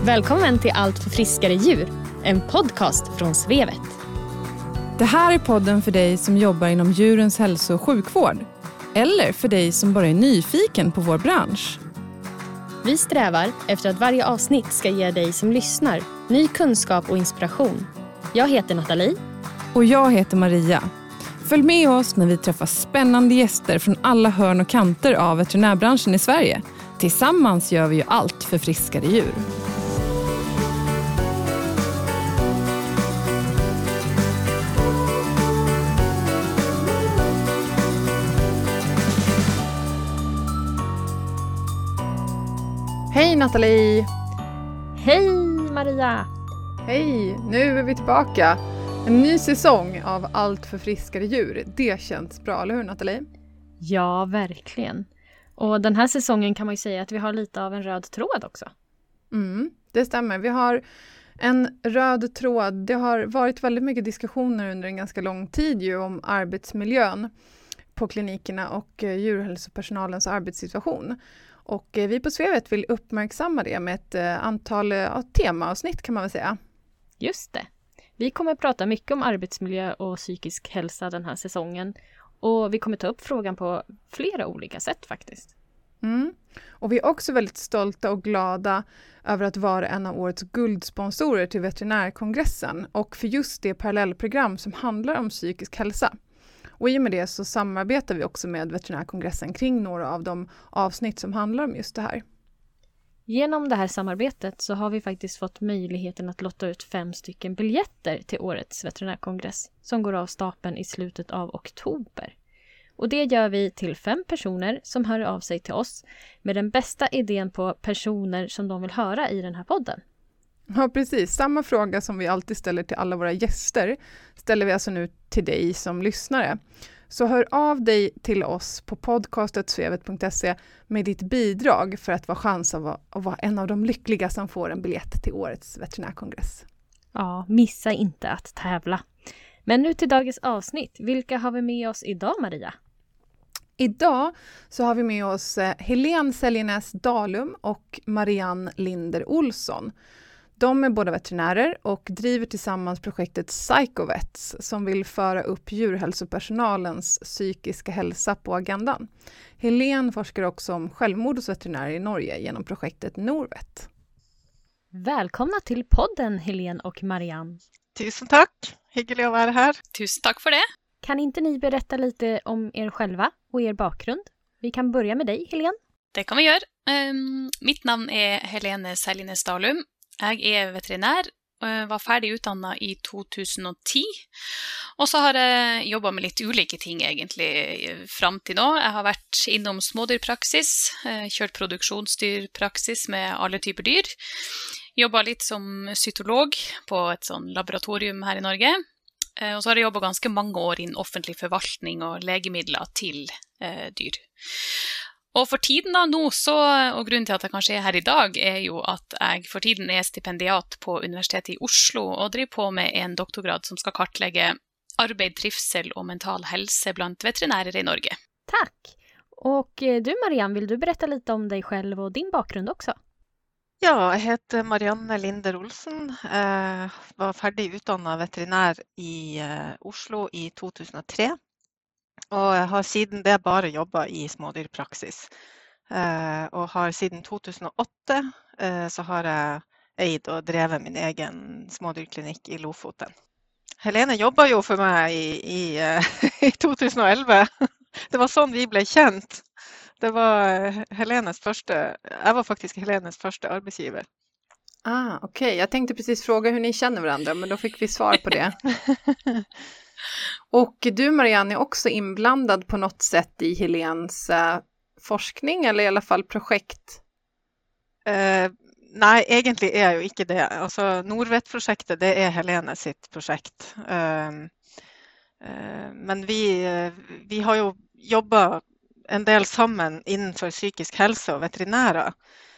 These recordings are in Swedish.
Välkommen till Allt för friskare djur, en podcast från Svevet. Det här är podden för dig som jobbar inom djurens hälso- och sjukvård. Eller för dig som bara är nyfiken på vår bransch. Vi strävar efter att varje avsnitt ska ge dig som lyssnar ny kunskap och inspiration. Jag heter Nathalie. Och jag heter Maria. Följ med oss när vi träffar spännande gäster från alla hörn och kanter av veterinärbranschen i Sverige. Tillsammans gör vi ju allt för friskare djur. Hej Nathalie! Hej Maria! Hej! Nu är vi tillbaka. En ny säsong av Allt för friskare djur. Det känns bra, eller hur Nathalie? Ja, verkligen. Och den här säsongen kan man ju säga att vi har lite av en röd tråd också. Det stämmer. Vi har en röd tråd. Det har varit väldigt mycket diskussioner under en ganska lång tid ju om arbetsmiljön på klinikerna och djurhälsopersonalens arbetssituation. Och vi på Svevet vill uppmärksamma det med ett antal temaavsnitt kan man väl säga. Just det. Vi kommer att prata mycket om arbetsmiljö och psykisk hälsa den här säsongen. Och vi kommer ta upp frågan på flera olika sätt faktiskt. Och vi är också väldigt stolta och glada över att vara en av årets guldsponsorer till veterinärkongressen. Och för just det parallellprogram som handlar om psykisk hälsa. Och i och med det så samarbetar vi också med veterinärkongressen kring några av de avsnitt som handlar om just det här. Genom det här samarbetet så har vi faktiskt fått möjligheten att lotta ut 5 stycken biljetter till årets veterinärkongress som går av stapeln i slutet av oktober. Och det gör vi till 5 personer som hör av sig till oss med den bästa idén på personer som de vill höra i den här podden. Ja, precis. Samma fråga som vi alltid ställer till alla våra gäster ställer vi alltså nu till dig som lyssnare. Så hör av dig till oss på podcast.svevet.se med ditt bidrag för att vara chans att vara en av de lyckliga som får en biljett till årets veterinärkongress. Ja, missa inte att tävla. Men nu till dagens avsnitt. Vilka har vi med oss idag, Maria? Idag så har vi med oss Helene Seljenäs Dalum och Marianne Linder Olsson. De är båda veterinärer och driver tillsammans projektet Psychovets som vill föra upp djurhälsopersonalens psykiska hälsa på agendan. Helene forskar också om självmord hos veterinärer i Norge genom projektet Norvet. Välkomna till podden, Helene och Marianne. Tusen tack, hyggligt att vara här. Tusen tack för det. Kan inte ni berätta lite om er själva och er bakgrund? Vi kan börja med dig, Helene. Det kan vi göra. Mitt namn är Helene Seljenäs Dalum. Jag är veterinär och var färdig utdannet i 2010. Och så har jag jobbat med lite olika ting egentligen fram till nu. Jag har varit inom smådyrpraxis, kört produktionsdyrpraxis med alla typer dyr. Jobbat lite som cytolog på ett sånt laboratorium här i Norge. Och så har jag jobbat ganska många år i offentlig förvaltning och läkemedel till dyr. Och för tiden då nu så, och grunden till att jag kanske är här idag är ju att jag för tiden är stipendiat på Universitetet i Oslo och driver på med en doktorgrad som ska kartlägga arbeid, trivsel och mental hälsa bland veterinärer i Norge. Tack! Och du Marianne, vill du berätta lite om dig själv och din bakgrund också? Ja, jag heter Marianne Linder Olsen. Var färdig utdannet veterinär i Oslo i 2003. Och jag har sedan det bara jobbat i smådyrpraxis. Och har sedan 2008 så har jag ägt och drivit min egen smådyrklinik i Lofoten. Helene jobbar ju för mig i 2011. Det var sån vi blev känt. Det var jag var faktiskt Helenes första arbetsgivare. Okej. Jag tänkte precis fråga hur ni känner varandra, men då fick vi svar på det. Och du Marianne är också inblandad på något sätt i Helens forskning eller i alla fall projekt? Nej, egentligen är jag ju inte det. Alltså Norvet-projektet, det är Helene sitt projekt. Men vi har ju jobbat en del samman inför psykisk hälsa och veterinärer.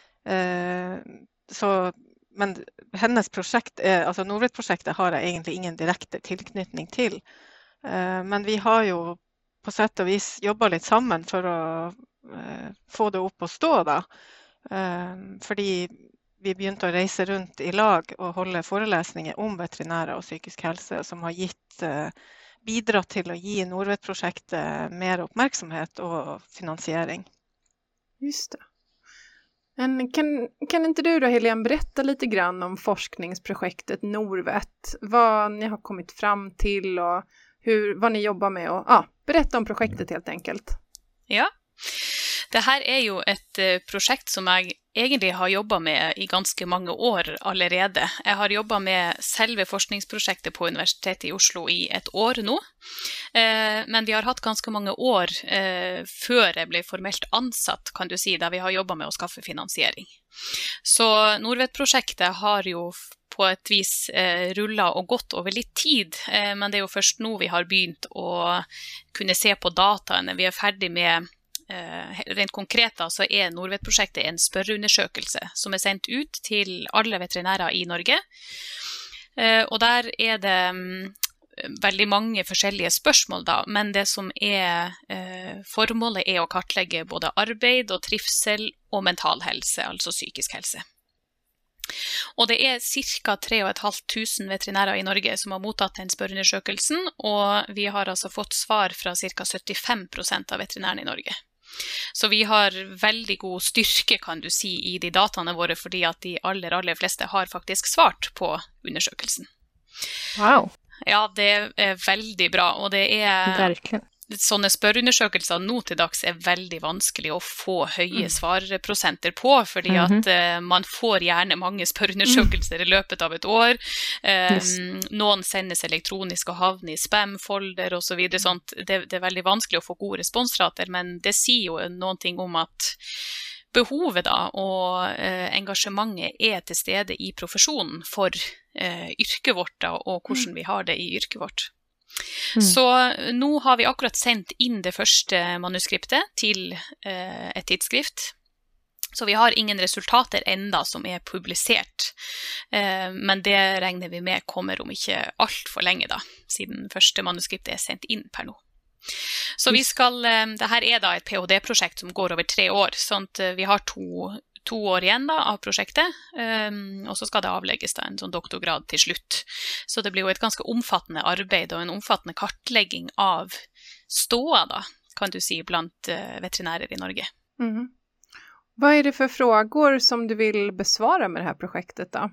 Men hennes projekt, alltså Norvet-projektet har jag egentligen ingen direkt tillknytning till. Men vi har ju på sätt och vis jobbat lite samman för att få det upp och stå då. Fordi vi begynte å reise rundt i lag og holde forelesninger om veterinærer og psykisk helse, som har bidratt till att ge Norvet-projektet mer uppmärksamhet och finansiering. Just det. Men kan inte du då, Helene, berätta lite grann om forskningsprojektet Norvet? Vad ni har kommit fram till och vad ni jobbar med. Och, berätta om projektet helt enkelt. Ja, det här är ju ett projekt som jag egentligen har jobbat med i ganska många år allerede. Jag har jobbat med selve forskningsprojektet på Universitetet i Oslo i ett år nu. Men vi har haft ganska många år før jeg ble formelt ansatt, kan du si, där vi har jobbat med att skaffa finansiering. Så Norvet-projektet har ju på ett vis rullat och gått över lite tid, men det är ju först nu vi har begynt att kunna se på data när vi är färdiga med. Rent konkret da, så är Norvet-projektet en spørreundersøkelse som är sendt ut till alla veterinärer i Norge. Och där är det väldigt många forskjellige spørsmål da, men det som är formålet är att kartlägga både arbeid och trivsel och mental hälsa, alltså psykisk hälsa. Och det är cirka 3 500 veterinärer i Norge som har mottatt den spørreundersøkelsen, och vi har alltså fått svar från cirka 75% av veterinärerna i Norge. Så vi har väldigt god styrke, kan du si, i de dataene våre, fordi at de aller fleste har faktisk svart på undersøkelsen. Wow. Ja, det är väldigt bra, och det är Verkligen. Sånne spørreundersøkelser nå til dags er veldig vanskelig å få høye svarprosenter på, fordi at man får gjerne mange spørreundersøkelser i løpet av et år. Noen sendes elektronisk og havner i spam-folder og så videre. Sånt. Det er veldig vanskelig å få gode responsrater, men det sier jo noe om at behovet da, og engasjementet er til stede i profesjonen for yrket vårt da, og hvordan vi har det i yrket vårt. Så nu har vi akkurat sendt inn det første manuskriptet til et tidsskrift. Så vi har ingen resultater enda som er publisert, men det regner vi med kommer om ikke alt for lenge da, siden første manuskriptet er sendt inn per nå. Så vi skal, det her er da et PhD-prosjekt som går over 3 år, sånn at vi har to år igjen da, av prosjektet, og så skal det avlegges da, en sånn doktorgrad til slutt. Så det blir jo et ganske omfattende arbeid og en omfattende kartlegging av ståa da, kan du si, blant veterinärer i Norge. Mm. Vad är det för frågor som du vill besvara med det här projektet då?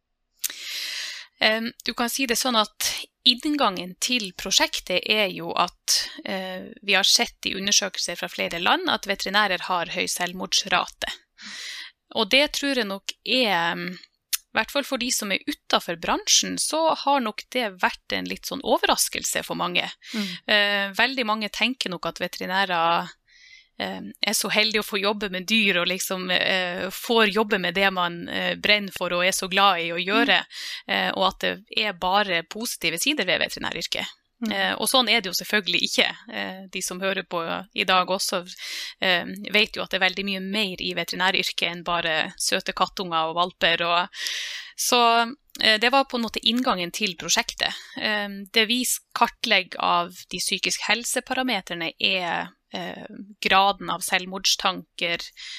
Du kan si det sånn at inngangen til prosjektet er jo at vi har sett i undersøkelser fra flere land at veterinærer har høy selvmordsrate. Og det tror jeg nok er, i hvert fall for de som er utenfor bransjen, så har nok det vært en litt sånn overraskelse for mange. Veldig mange tenker nok at veterinærer är så heldig att få jobba med dyr och liksom får jobba med det man brenner för och är så glad i att göra, och att det är bara positiva sidor ved veterinæryrket. Och sånn är det ju selvfølgelig ikke. De som hører på i dag også vet ju att det är väldigt mycket mer i veterinæryrket än bara söta kattunger och valper. Och så det var på en måte inngangen til prosjektet. Det vi kartlegger av de psykisk helseparametrene er graden av selvmordstanker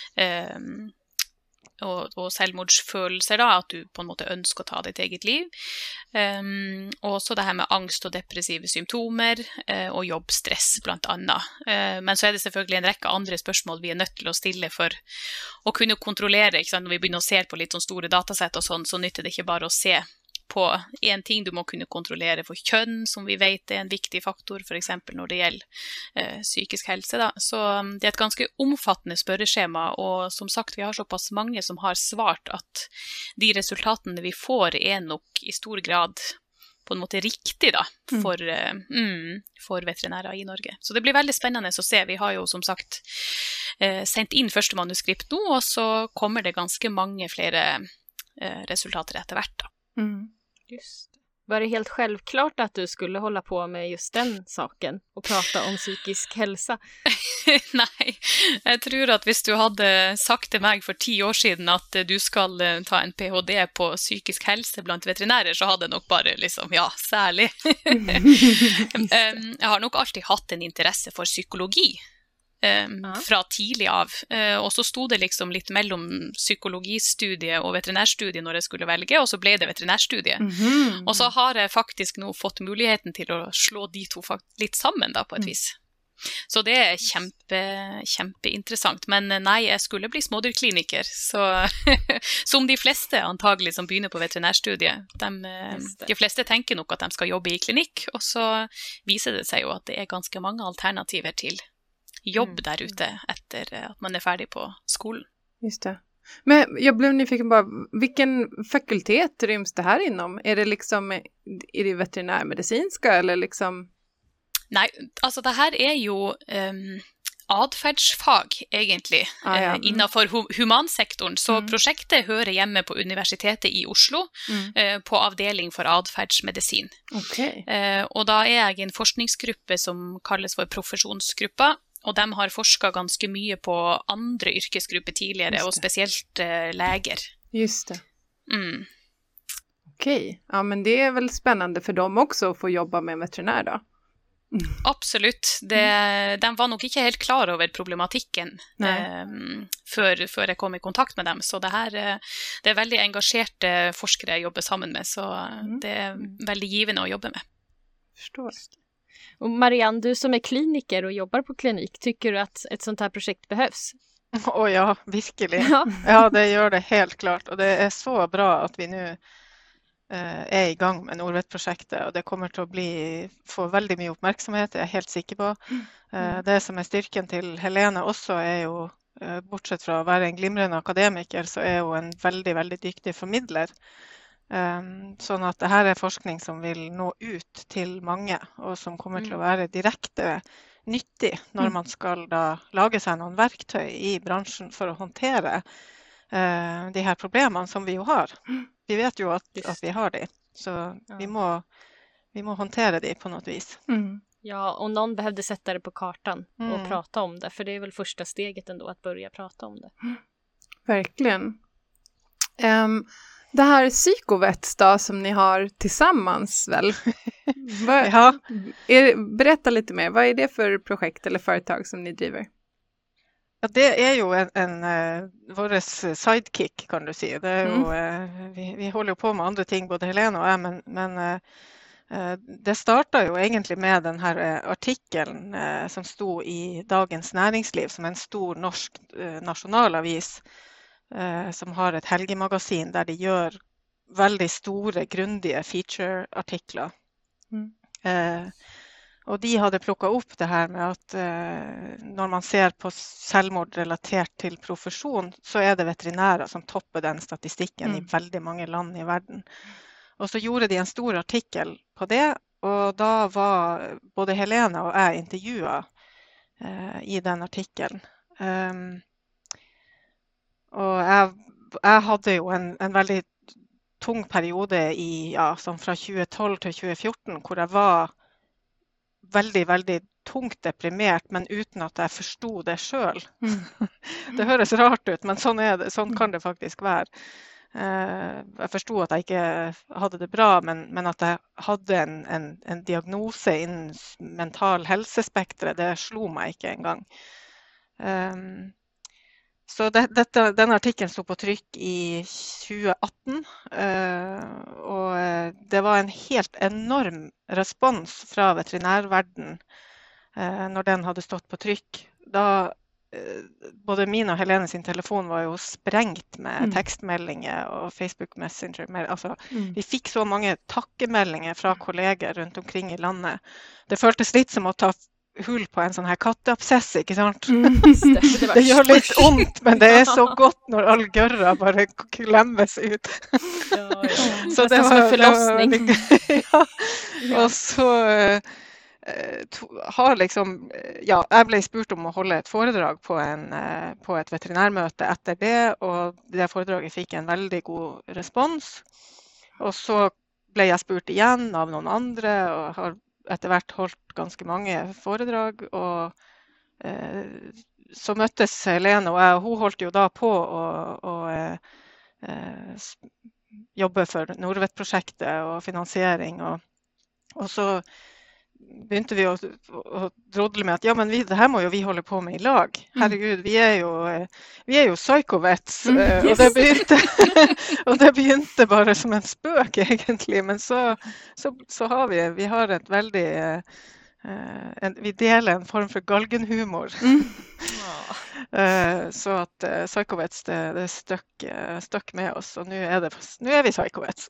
og selvmordsfølelser da, at du på en måte ønsker å ta ditt eget liv. Og så det her med angst og depressive symptomer og jobbstress blant annet. Men så er det selvfølgelig en rekke andre spørsmål vi er nødt til å stille for å kunne kontrollere, ikke sant? Når vi begynner å se på litt sånn store datasett og sånn, så nytter det ikke bare å se på en ting. Du må kunne kontrollere for kjønn, som vi vet er en viktig faktor, for eksempel når det gjelder psykisk helse. Da. Så det er et ganske omfattende spørreskjema, og som sagt, vi har såpass mange som har svart at de resultatene vi får er nok i stor grad på en måte riktig da, for veterinærer i Norge. Så det blir veldig spennende å se. Vi har jo som sagt sendt inn første manuskript nå, og så kommer det ganske mange flere resultater etter hvert da. Just. Var det helt självklart att du skulle hålla på med just den saken och prata om psykisk hälsa? Nej, jag tror att hvis du hade sagt till mig för 10 år sedan att du ska ta en PhD på psykisk hälsa bland veterinärer, så hade jag nog bara liksom, ja, särskilt. Jag har nog alltid haft en intresse för psykologi. fra tidlig av. Og så sto det liksom litt mellom psykologistudiet og veterinærstudiet når jeg skulle velge, og så ble det veterinærstudiet. Og så har jeg faktisk nå fått muligheten til å slå de to litt sammen da, på et vis. Så det er kjempeinteressant. Men nei, jeg skulle bli smådyrkliniker, så som de fleste antagelig som begynner på veterinærstudiet. De fleste tenker nok at de skal jobbe i klinikk, og så viser det seg jo at det er ganske mange alternativer til jobb där ute efter att man är färdig på skolan. Just det. Men jag blev nyfiken bara, vilken fakultet ryms det här inom? Är det veterinärmedicinska eller liksom? Nej, alltså det här är ju adferdsfag egentlig innenfor humansektoren. Så prosjektet hører hjemme på Universitetet i Oslo på avdeling for adferdsmedisin. Okay. Og da er jeg i en forskningsgruppe som kalles for profesjonsgruppa, og de har forsket ganske mye på andre yrkesgrupper tidligere, og spesielt läger. Just det. Okej, ja men det är väl spännande för dem också att få jobba med veterinär då? Absolutt. De var nok ikke helt klar over problematikken før jeg kom i kontakt med dem. Så det er veldig engasjerte forskere jeg jobber sammen med, så det är väldigt givende å jobbe med. Förstår. Och Marianne, du som är kliniker och jobbar på klinik, tycker du att ett sånt här projekt behövs? Ja, virkelig. Ja, det gör det helt klart. Och det är så bra att vi nu är i gang med Nordvet-projektet, och det kommer til å få veldig mye oppmerksomhet, jeg er helt sikker på. Det som er styrken til Helene også er jo, bortsett fra å være en glimrende akademiker, så er hun en veldig, veldig dyktig formidler. Sånn at det her er forskning som vil nå ut til mange, og som kommer til å være direkte nyttig når man skal da lage seg noen verktøy i bransjen for å håndtere de her problemene som vi jo har. Vi vet ju att vi har det, så vi må hantera det på något vis. Ja, och någon behövde sätta det på kartan och prata om det, för det är väl första steget ändå att börja prata om det. Verkligen. Det här psykovets då, som ni har tillsammans väl? Berätta lite mer, vad är det för projekt eller företag som ni driver? Ja, det är ju vår sidekick kan du säga. Det är ju, vi håller ju på med andra ting, både Helene och jag, men det startar ju egentligen med den här artikeln som stod i Dagens Næringsliv, som är en stor norsk nationalavis som har ett helgemagasin där de gör väldigt stora, grundiga feature-artiklar. Och de hade plockat upp det här med att när man ser på självmord relaterat till profession, så är det veterinärer som toppar den statistiken i väldigt många land i världen. Och så gjorde de en stor artikel på det, och då var både Helene och jag intervjuade i den artikeln. Och jag hade ju en väldigt tung period som från 2012 till 2014, där jag var väldigt, väldigt tungt deprimert, men utan att jag förstod det själv. Det hörs rart ut, men sån kan det faktiskt vara. Jag förstod att jag inte hade det bra, men att jag hade en diagnos inom mental hälsospektret, det slog mig inte en gång. Så den artikeln stod på tryck i 2018, och det var en helt enorm respons från veterinärvärlden när den hade stått på tryck. Då, både min och Helene sin telefon var ju sprängt med textmeldingar och Facebook Messenger. Alltså, vi fick så många tackemälningar från kollegor runt omkring i landet. Det kändes lite som att ta hull på en sån här kattabscess, inte sant? Det gör lite ont, men det är så gott när all görra bara klämmes ut. Så det var förlossning. Och så har liksom, jag blev spurt om att hålla ett föredrag på ett veterinärmöte efter det, och det föredraget fick en väldigt god respons. Och så blev jag spurt igen av någon andra och har efterhvert hållit ganska många föredrag, och så möttes Helene och jag, hon höll ju då på och jobba för Nordvet-projektet och finansiering, och så begynte vi å drodle med at ja, men det her må jo vi holde på med i lag. Herregud, vi er jo psykovets. Og det begynte bare som en spøk egentlig, men så har vi har et veldig vi deler en form for galgenhumor. Så at psykovets det støkk med oss, og nå er vi psykovets.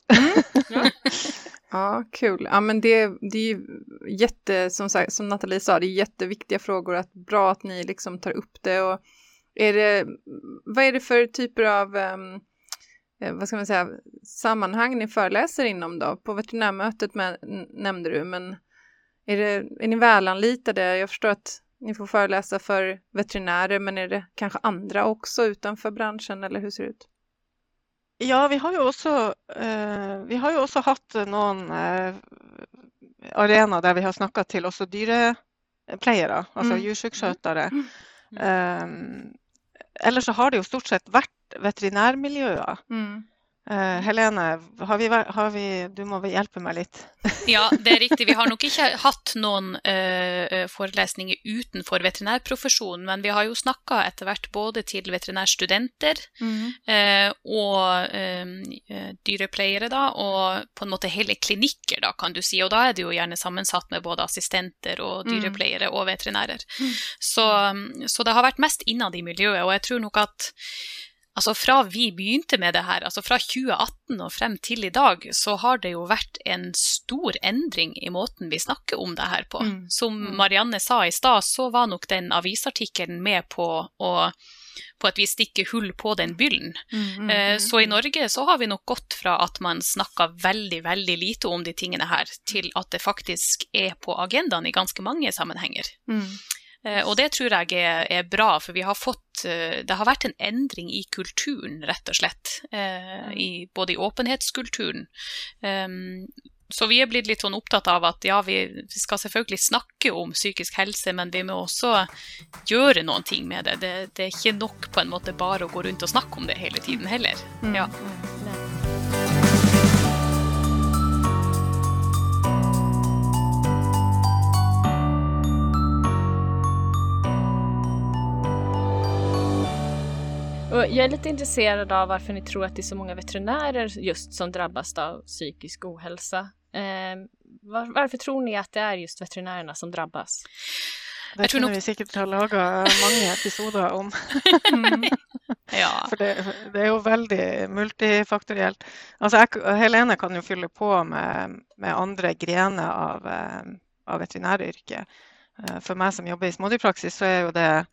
Ja, kul. Ja, men det är som Nathalie sa, det är jätteviktiga frågor. Bra att ni liksom tar upp det. Och vad är det för typer av vad ska man säga, sammanhang ni föreläser inom då? På veterinärmötet nämnde du, men är ni välanlitade? Jag förstår att ni får föreläsa för veterinärer, men är det kanske andra också utanför branschen, eller hur ser det ut? Ja, vi har jo også hatt noen arenaer der vi har snakket til også dyrepleiere, altså djursykskjøtere. Ellers så har det jo stort sett vært veterinærmiljøer. Helene, du må vel hjelpe meg litt. Ja, det är riktigt. Vi har nog inte haft någon föreläsning utanför veterinärprofessionen, men vi har ju snackat efterhvert både till veterinärstudenter och dyrepleiere då, och på en måte hela kliniker då, kan du säga. Och då är det ju gärna sammansatt med både assistenter och dyrepleiere och veterinärer. Så det har varit mest innan i miljøet, och jag tror nog att altså fra vi begynte med det her, altså fra 2018 og frem til i dag, så har det jo vært en stor endring i måten vi snakker om det her på. Som Marianne sa i stad, så var nok den avisartikkelen med på å på et vis stikke hull på den byllen. Så i Norge så har vi nok gått fra at man snakker veldig, veldig lite om de tingene her, til at det faktisk er på agendaen i ganske mange sammenhenger. Och det tror jag är bra, för vi har det har varit en ändring i kulturen rätt och slett, både i öppenhetskulturen. Så vi har blivit lite sån upptatt av att ja, vi ska selvfølgelig snakke om psykisk hälsa, men vi må också göra någonting med det. Det är inte nog på en måte bara att gå runt och snacka om det hela tiden heller. Ja. Och jag är lite intresserad av varför ni tror att det är så många veterinärer just som drabbas av psykisk ohälsa. Varför tror ni att det är just veterinärerna som drabbas? Det tror vi säkert har lagat många episoder om. Ja. För det är ju väldigt multifaktoriellt. Alltså Helene kan ju fylla på med andra grenar av veterinäryrket. För mig som jobbar i smådyrpraksis så är ju det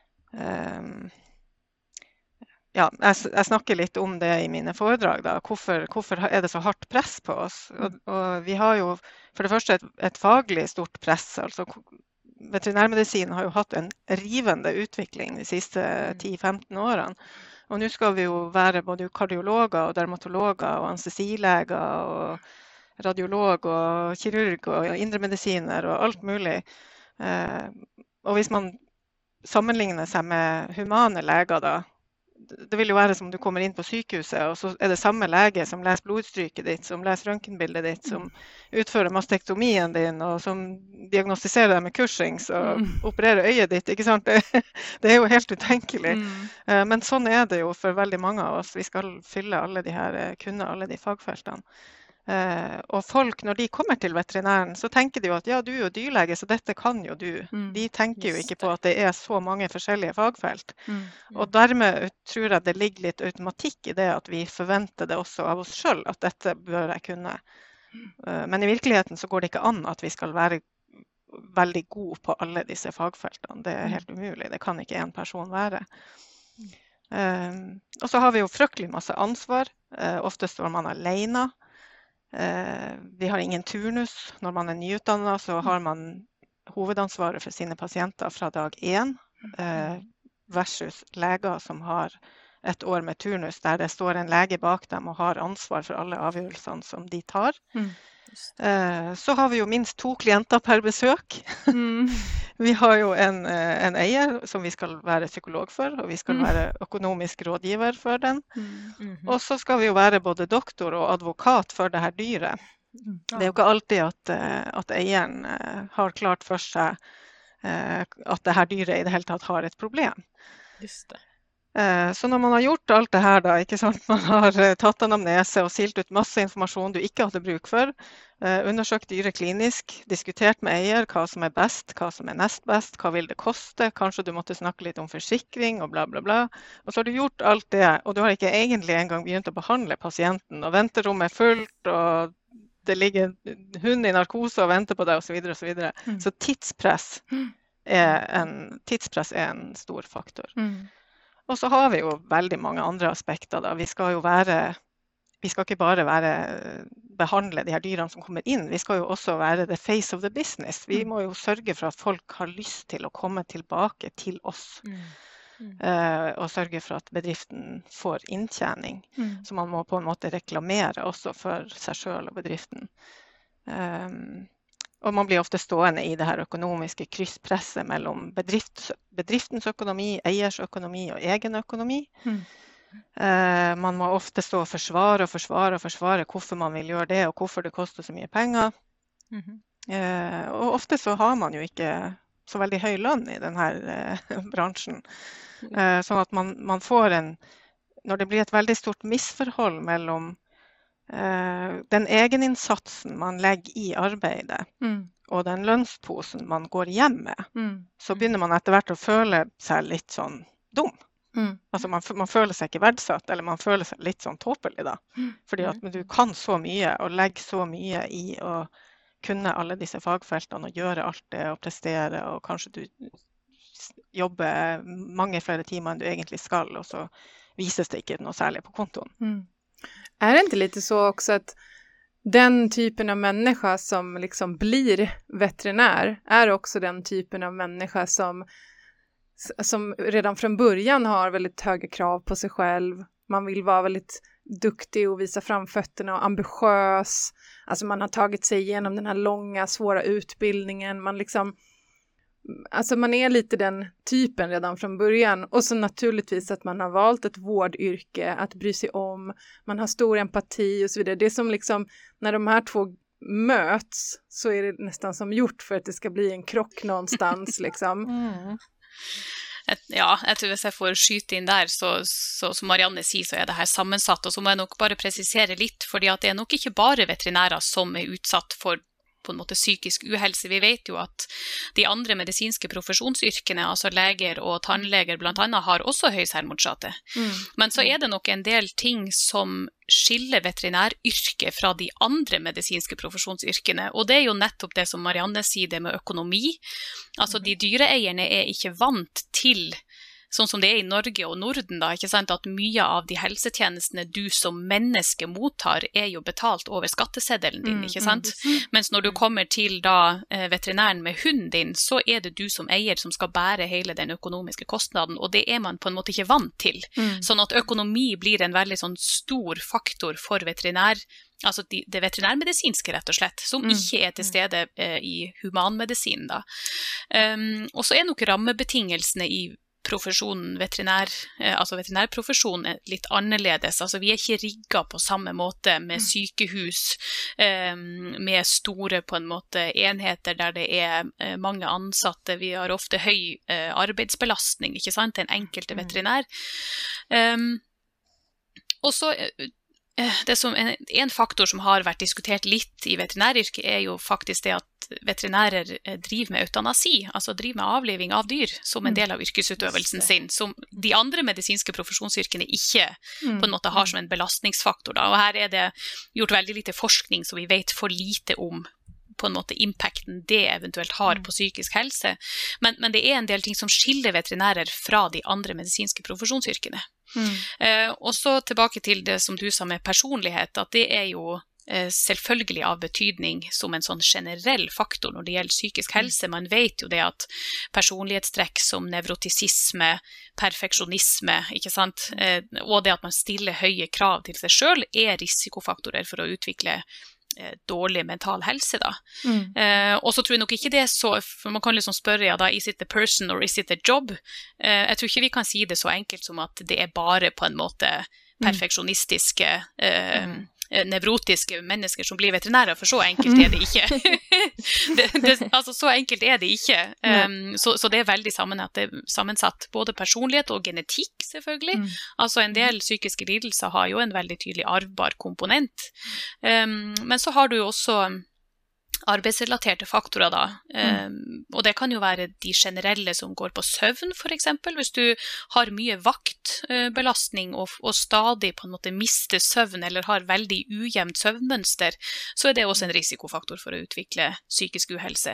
ja, jag snackar lite om det i mina föredrag då. Varför är det så hårt press på oss? Och vi har ju för det första ett fagligt stort press. Alltså veterinärmedicin har ju haft en rivande utveckling de sista 10-15 åren. Och nu ska vi ju vara både kardiologer och dermatologer och anestesiläger och radiolog och kirurg och inre mediciner och allt möjligt. Och hvis man sammenligner sig med humane läger då, det vill ju vara som du kommer in på sjukhuset och så är det samma läge som läser blodstryket ditt, som läser röntgenbildet ditt, som utför mastektomien din och som diagnostiserar dig med Cushings och opererar ögat ditt, inte sant? Det är ju helt utänkligt. Men sån är det ju för väldigt många av oss. Vi ska fylla alla de här, kunna alla de fagfälten. Och folk när de kommer till veterinären så tänker de ju att ja, du är ju dyrläge så detta kan ju du. De tänker ju inte på att det är så många olika fagfält. Och därmed tror jag det ligger lite automatik i det att vi förväntade oss av oss själv att detta bör jag kunna. Men i verkligheten så går det inte an att vi ska vara väldigt god på alla dessa fagfälten. Det är helt omöjligt. Det kan inte en person vara. Och så har vi ju fruktansvärt massa ansvar. Oftast står man alene. Vi har ingen turnus. När man är nyutdannet så har man huvudansvaret för sina patienter från dag 1 versus läkare som har ett år med turnus där det står en läge bak dem och har ansvar för alla avgörelser som de tar. Så har vi ju minst 2 klienter per besök. Vi har ju en ägare som vi ska vara psykolog för och vi ska vara ekonomisk rådgivare för den. Och så ska vi ju vara både doktor och advokat för det här dyret. Det er jo ikke alltid at eieren har klart for seg at det her dyret i det hele tatt har et problem. Just det. Så når man har gjort alt det her da, ikke sant? Man har tatt anamnese og silt ut masse informasjon du ikke hadde bruk for, undersøkt dyret klinisk, diskutert med eier hva som er best, hva som er nest best, hva vil det koste, kanskje du måtte snakke litt om forsikring og bla bla bla. Og så har du gjort alt det, og du har ikke egentlig engang begynt å behandle pasienten, og venterommet er fullt, og det ligger en hund i narkose og venter på deg, og så videre og så videre. Så tidspress er en stor faktor. Og så har vi jo veldig mange andre aspekter da. Vi skal ikke bare behandle de her dyrene som kommer inn, vi skal jo også være the face of the business. Vi må jo sørge for at folk har lyst til å komme tilbake til oss. Og sørge for at bedriften får inntjening. Så man må på en måte reklamere også for seg selv og bedriften. Og man blir ofte stående i det her økonomiske krysspresset mellom bedriftens økonomi, eiers økonomi og egen økonomi. Man må ofte stå og forsvare hvorfor man vil gjøre det, og hvorfor det koster så mye penger. Og ofte så har man jo ikke så veldig høy lønn i denne bransjen. Sånn at man får når det blir et veldig stort misforhold mellom den egeninnsatsen man legger i arbeidet og den lønnsposen man går hjem med, så begynner man etter hvert å føle seg litt sånn dum. Altså man føler seg ikke verdsatt, eller man føler seg litt sånn tåpelig da. Fordi at du kan så mye og legger så mye i å kunne alle disse fagfeltene og gjøre alt det og prestere, og kanskje du jobber mange flere timer enn du egentlig skal, och så visas det inte något särskilt på konton. Mm. Är det inte lite så också att den typen av människa som liksom blir veterinär är också den typen av människa som redan från början har väldigt höga krav på sig själv. Man vill vara väldigt duktig och visa framfötterna och ambitiös. Alltså man har tagit sig igenom den här långa, svåra utbildningen. Man är lite den typen redan från början. Och så naturligtvis att man har valt ett vårdyrke, att bry sig om. Man har stor empati och så vidare. Det är som liksom, när de här två möts så är det nästan som gjort för att det ska bli en krock någonstans liksom. Mm. Ja, jeg tror hvis jeg får skyte inn der, så som Marianne sier, så er det her sammensatt, og så må jeg nok bare presisere litt, fordi at det er nok ikke bare veterinærer som er utsatt for på en måte psykisk uhelse. Vi vet jo at de andre medisinske profesjonsyrkene, altså leger og tannleger blant annet, har også høy selvmordsrate. Men så er det nok en del ting som skiller veterinæryrket fra de andre medisinske profesjonsyrkene, og det er jo nettopp det som Marianne sier, det med økonomi. Altså de dyreeierne er ikke vant til, sånn som det er i Norge og Norden da, ikke sant, at mye av de helsetjenestene du som menneske mottar er jo betalt over skatteseddelen din, ikke sant? Mens når du kommer til da veterinæren med hunden din, så er det du som eier som skal bære hele den økonomiske kostnaden, og det er man på en måte ikke vant til. Sånn at økonomi blir en veldig sånn stor faktor for veterinær, altså det veterinærmedisinske rett og slett, som ikke er til stede i humanmedisin da. Og så er nok rammebetingelsene i profesjonen altså veterinærprofesjonen er litt annerledes. Altså vi er ikke rigget på samme måte med sykehus, med store på en måte enheter der det er mange ansatte. Vi har ofte høy arbeidsbelastning, ikke sant, den enkelte veterinær. Og så det som en faktor som har vært diskutert litt i veterinæryrket er jo faktisk det at veterinærer driver med eutanasi, altså driver med avliving av dyr som en del av yrkesutøvelsen sin, som de andre medisinske profesjonsyrkene ikke på en måte har som en belastningsfaktor da. Og her er det gjort veldig lite forskning, så vi vet for lite om på en måte impacten det eventuelt har på psykisk helse. Men det er en del ting som skiller veterinærer fra de andre medisinske profesjonsyrkene. Og så tilbake til det som du sa med personlighet, at det er jo selvfølgelig av betydning som en sånn generell faktor når det gjelder psykisk helse. Man vet jo det at personlighetstrekk som nevrotisisme, perfeksjonisme, ikke sant? Og det at man stiller høye krav til seg selv er risikofaktorer for å utvikle dårlig mental helse da. Og så tror jeg nok ikke det er så, for man kan liksom spørre, ja da, is it the person or is it the job? Jeg tror ikke vi kan si det så enkelt som at det er bare på en måte perfeksjonistiske nevrotiske mennesker som blir veterinærer, for så enkelt er det ikke. Altså, så enkelt er det ikke. Så det er veldig sammensatt, både personlighet og genetikk, selvfølgelig. Altså, en del psykiske lidelser har jo en veldig tydelig arvbar komponent. Men så har du jo også arbeidsrelaterte faktorer da, og det kan jo være de generelle som går på søvn for eksempel. Hvis du har mye vaktbelastning og stadig på en måte mister søvn eller har veldig ujevnt søvnmønster, så er det også en risikofaktor for å utvikle psykisk uhelse.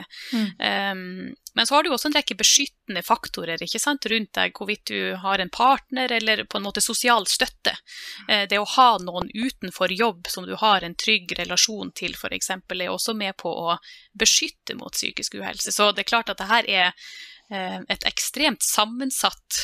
Men så har du også en rekke beskyttende faktorer, ikke sant, rundt deg, hvorvidt du har en partner eller på en måte sosial støtte. Det å ha noen utenfor jobb som du har en trygg relasjon til for eksempel, er også med på å beskytte mot psykisk uhelse. Så det er klart at det her er et ekstremt sammensatt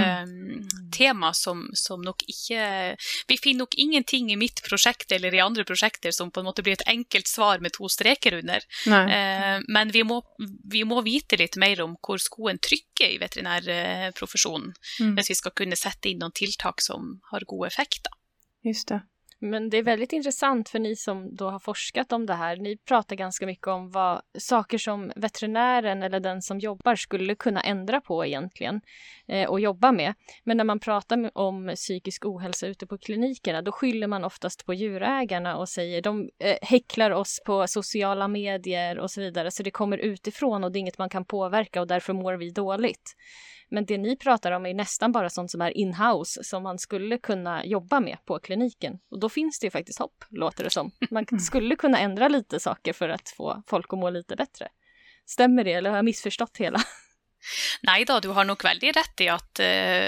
tema som nok ikke... Vi finner nok ingenting i mitt prosjekt eller i andre prosjekter som på en måte blir et enkelt svar med 2 streker under. Men vi må vite litt mer om hvor skoen trykker i veterinærprofesjonen, hvis vi skal kunne sette in noen tiltak som har god effekt. Da. Just det. Men det är väldigt intressant för ni som då har forskat om det här. Ni pratar ganska mycket om vad saker som veterinären eller den som jobbar skulle kunna ändra på egentligen och jobba med. Men när man pratar om psykisk ohälsa ute på klinikerna, då skyller man oftast på djurägarna och säger de häcklar oss på sociala medier och så vidare. Så det kommer utifrån och det är inget man kan påverka och därför mår vi dåligt. Men det ni pratar om är nästan bara sånt som är in-house som man skulle kunna jobba med på kliniken. Och då finns det ju faktiskt hopp, låter det som. Man skulle kunna ändra lite saker för att få folk att må lite bättre. Stämmer det eller har jag missförstått hela? Nej då, du har nog väldigt rätt i att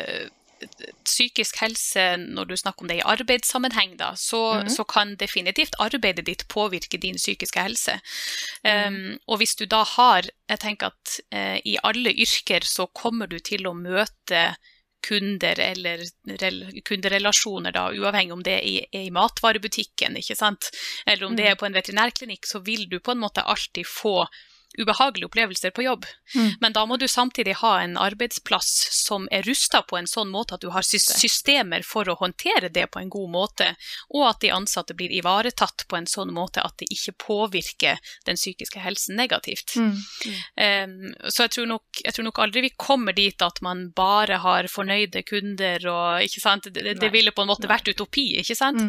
psykisk helse, når du snakker om det i arbeidssammenheng da, så kan definitivt arbeidet ditt påvirke din psykiske helse. Og hvis du da har, jeg tenker at i alle yrker så kommer du til å møte kunder eller kunderelasjoner da, uavhengig om det er i matvarebutikken, ikke sant? Eller om det er på en veterinærklinikk, så vil du på en måte alltid få ubehagelige opplevelser på jobb. Men da må du samtidig ha en arbeidsplass som er rustet på en sånn måte at du har systemer for å håndtere det på en god måte, og at de ansatte blir ivaretatt på en sånn måte at det ikke påvirker den psykiske helsen negativt. Så jeg tror nok aldri vi kommer dit at man bare har fornøyde kunder, og, ikke sant? Det ville på en måte vært utopi, ikke sant?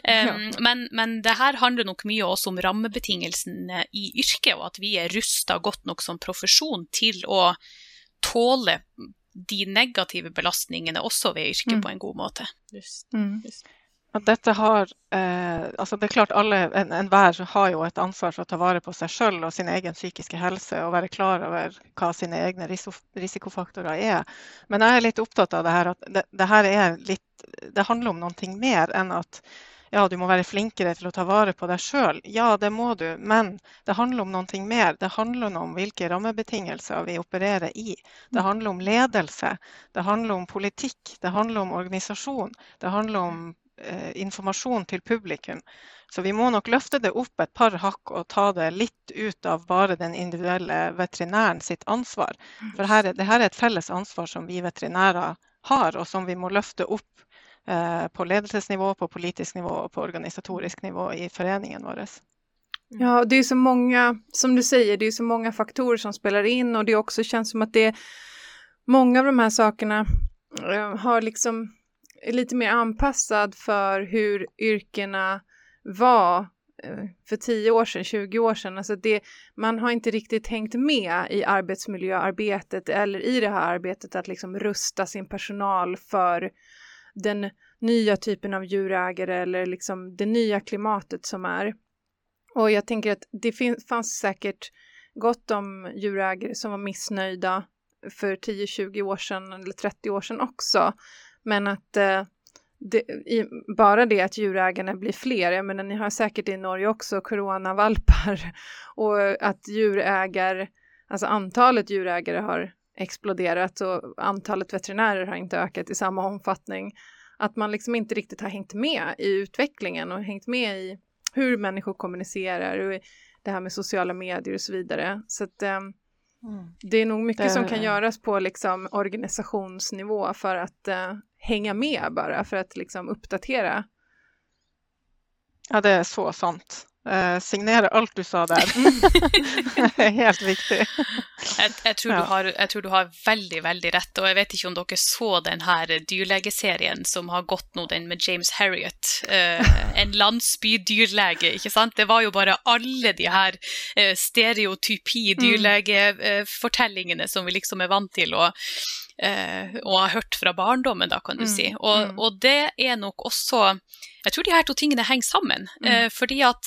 Men det her handler nok mye også om rammebetingelsene i yrket, og at vi er rustet godt nok som profesjon til å tåle de negative belastningene også ved yrket på en god måte. Just. At dette har, altså det er klart enhver har jo et ansvar for å ta vare på seg selv og sin egen psykiske helse og være klar over hva sine egne risikofaktorer er. Men jeg er litt opptatt av det her, at det her er litt, det handler om noe mer enn at ja, du må være flinkere til å ta vare på deg selv. Ja, det må du, men det handler om noe mer. Det handler om hvilke rammebetingelser vi opererer i. Det handler om ledelse, det handler om politikk, det handler om organisasjon, det handler om informasjon til publikum. Så vi må nok løfte det opp et par hakk og ta det litt ut av bare den individuelle veterinæren sitt ansvar. For det her er et felles ansvar som vi veterinærer har, og som vi må løfte opp på ledelsesnivå, på politisk nivå och på organisatorisk nivå i föreningen vår. Ja, det är så många, som du säger, det är så många faktorer som spelar in och det också känns som att det är många av de här sakerna har liksom lite mer anpassad för hur yrkena var för 10 år sedan, 20 år sedan. Alltså man har inte riktigt hängt med i arbetsmiljöarbetet eller i det här arbetet att liksom rusta sin personal för den nya typen av djurägare eller liksom det nya klimatet som är. Och jag tänker att det fanns säkert gott om djurägare som var missnöjda för 10-20 år sedan eller 30 år sedan också. Men att bara det att djurägarna blir fler, jag menar ni har säkert i Norge också coronavalpar och att alltså antalet djurägare har exploderat och antalet veterinärer har inte ökat i samma omfattning. Att man liksom inte riktigt har hängt med i utvecklingen och hängt med i hur människor kommunicerar och det här med sociala medier och så vidare. Så att det är nog mycket som kan göras på liksom organisationsnivå för att hänga med bara, för att liksom uppdatera. Ja, det är så sant. Signera allt du sa där. Det är helt viktigt. Jeg tror du har veldig, veldig rett, og jeg vet ikke om dere så den her dyrlegeserien som har gått nå, den med James Herriot, en landsbydyrlege, ikke sant? Det var jo bare alle de her stereotypi-dyrlegefortellingene som vi liksom er vant til og har hørt fra barndommen da, kan du si. Og det er nok også, jeg tror de her to tingene henger sammen, fordi at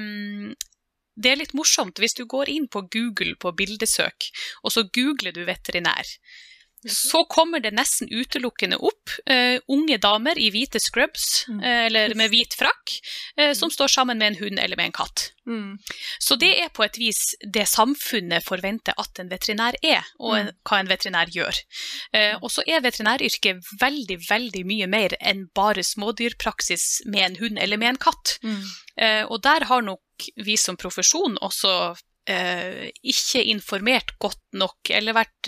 det er litt morsomt hvis du går inn på Google på bildesøk, og så googler du veterinær. Så kommer det nesten utelukkende opp unge damer i hvite scrubs, eller med hvit frakk, som står sammen med en hund eller med en katt. Så det er på et vis det samfunnet forventer at en veterinær er, og hva en veterinær gjør. Og så er veterinæryrket veldig, veldig mye mer enn bare smådyrpraksis med en hund eller med en katt. Og der har nok vi som profesjon også ikke informert godt nok, eller vært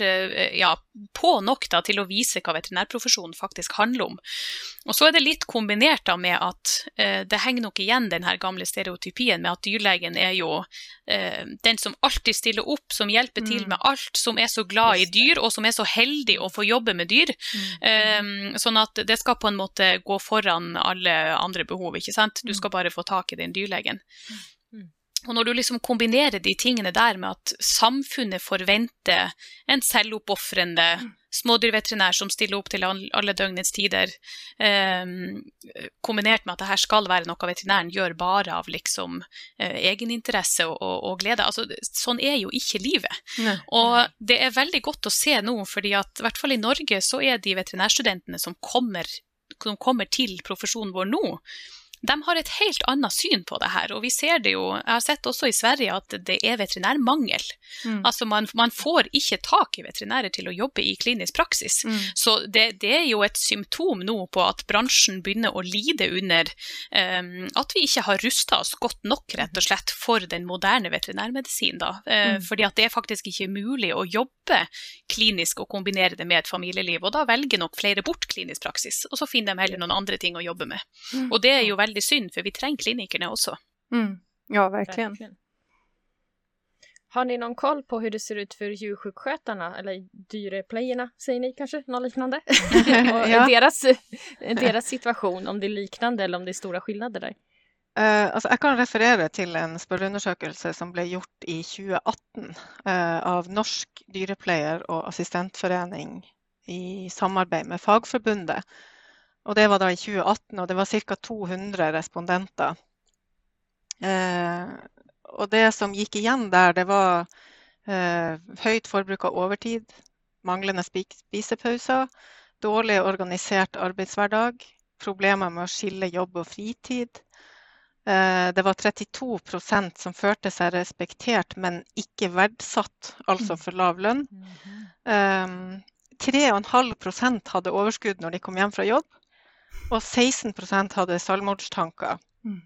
på nok da, til å vise hva veterinærprofesjonen faktisk handler om. Og så er det litt kombinert da med at det henger nok igjen den her gamle stereotypien med at dyrlegen er jo den som alltid stiller opp, som hjelper til med alt, som er så glad i dyr, og som er så heldig å få jobbe med dyr. Sånn at det skal på en måte gå foran alle andre behov, ikke sant? Du skal bare få tak i den dyrlegen. Og når du liksom kombinerer de tingene der med at samfunnet forventer en selvoppofrende smådyrveterinær som stiller opp til alle døgnets tider, kombinert med at det her skal være noe veterinæren gjør bare av liksom egeninteresse og glede. Altså, sånn er jo ikke livet. Og det er veldig godt å se nå, fordi at i hvert fall i Norge så er de veterinærstudentene som kommer til profesjonen vår nå, de har et helt annet syn på det her, og vi ser det jo, jeg har sett også i Sverige at det er veterinærmangel. Altså man får ikke tak i veterinærer til å jobbe i klinisk praksis. Så det er jo et symptom nå på at bransjen begynner å lide under at vi ikke har rustet oss godt nok, rett og slett, for den moderne veterinærmedisin da. Fordi at det er faktisk ikke mulig å jobbe klinisk og kombinere det med et familieliv, og da velger nok flere bort klinisk praksis, og så finner de heller noen andre ting å jobbe med. Og det er jo veldig synd, för vi tränger klinikerna också. Ja, verkligen. Har ni någon koll på hur det ser ut för djursjukskötarna eller dyreplejerna, säger ni kanske? Något liknande? Och deras situation, om det är liknande eller om det är stora skillnader där? Altså, jeg kan referere til en spørreundersøkelse som ble gjort i 2018 av Norsk dyrepleier- og assistentforening i samarbeid med Fagforbundet. Og det var da i 2018, og det var ca. 200 respondenter. Og det som gikk igjen der, det var høyt forbruk av overtid, manglende spisepauser, dårlig organisert arbeidshverdag, problemer med å skille jobb og fritid. Det var 32% som følte seg respektert, men ikke verdsatt, altså for lav lønn. 3,5% hadde overskudd når de kom hjem fra jobb, og 16% hadde selvmordstanker.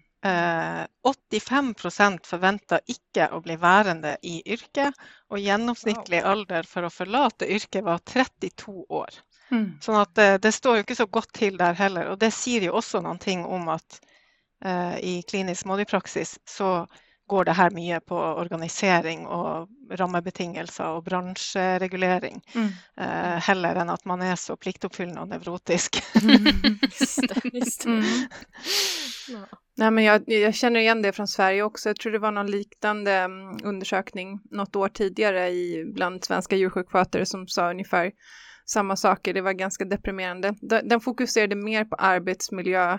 85% forventet ikke å bli værende i yrket, og gjennomsnittlig alder for å forlate yrket var 32 år. Sånn at det står jo ikke så godt til der heller, og det sier jo også noen ting om at i klinisk smådyrpraksis så går det her mye på organisering og rammebetingelser og bransjeregulering, heller enn at man er så pliktoppfyllende og nevrotisk. Just det. Nej, men jag känner igen det från Sverige också. Jag tror det var någon liknande undersökning något år tidigare bland svenska djursjukskötare som sa ungefär samma saker. Det var ganska deprimerande. Den fokuserade mer på arbetsmiljö,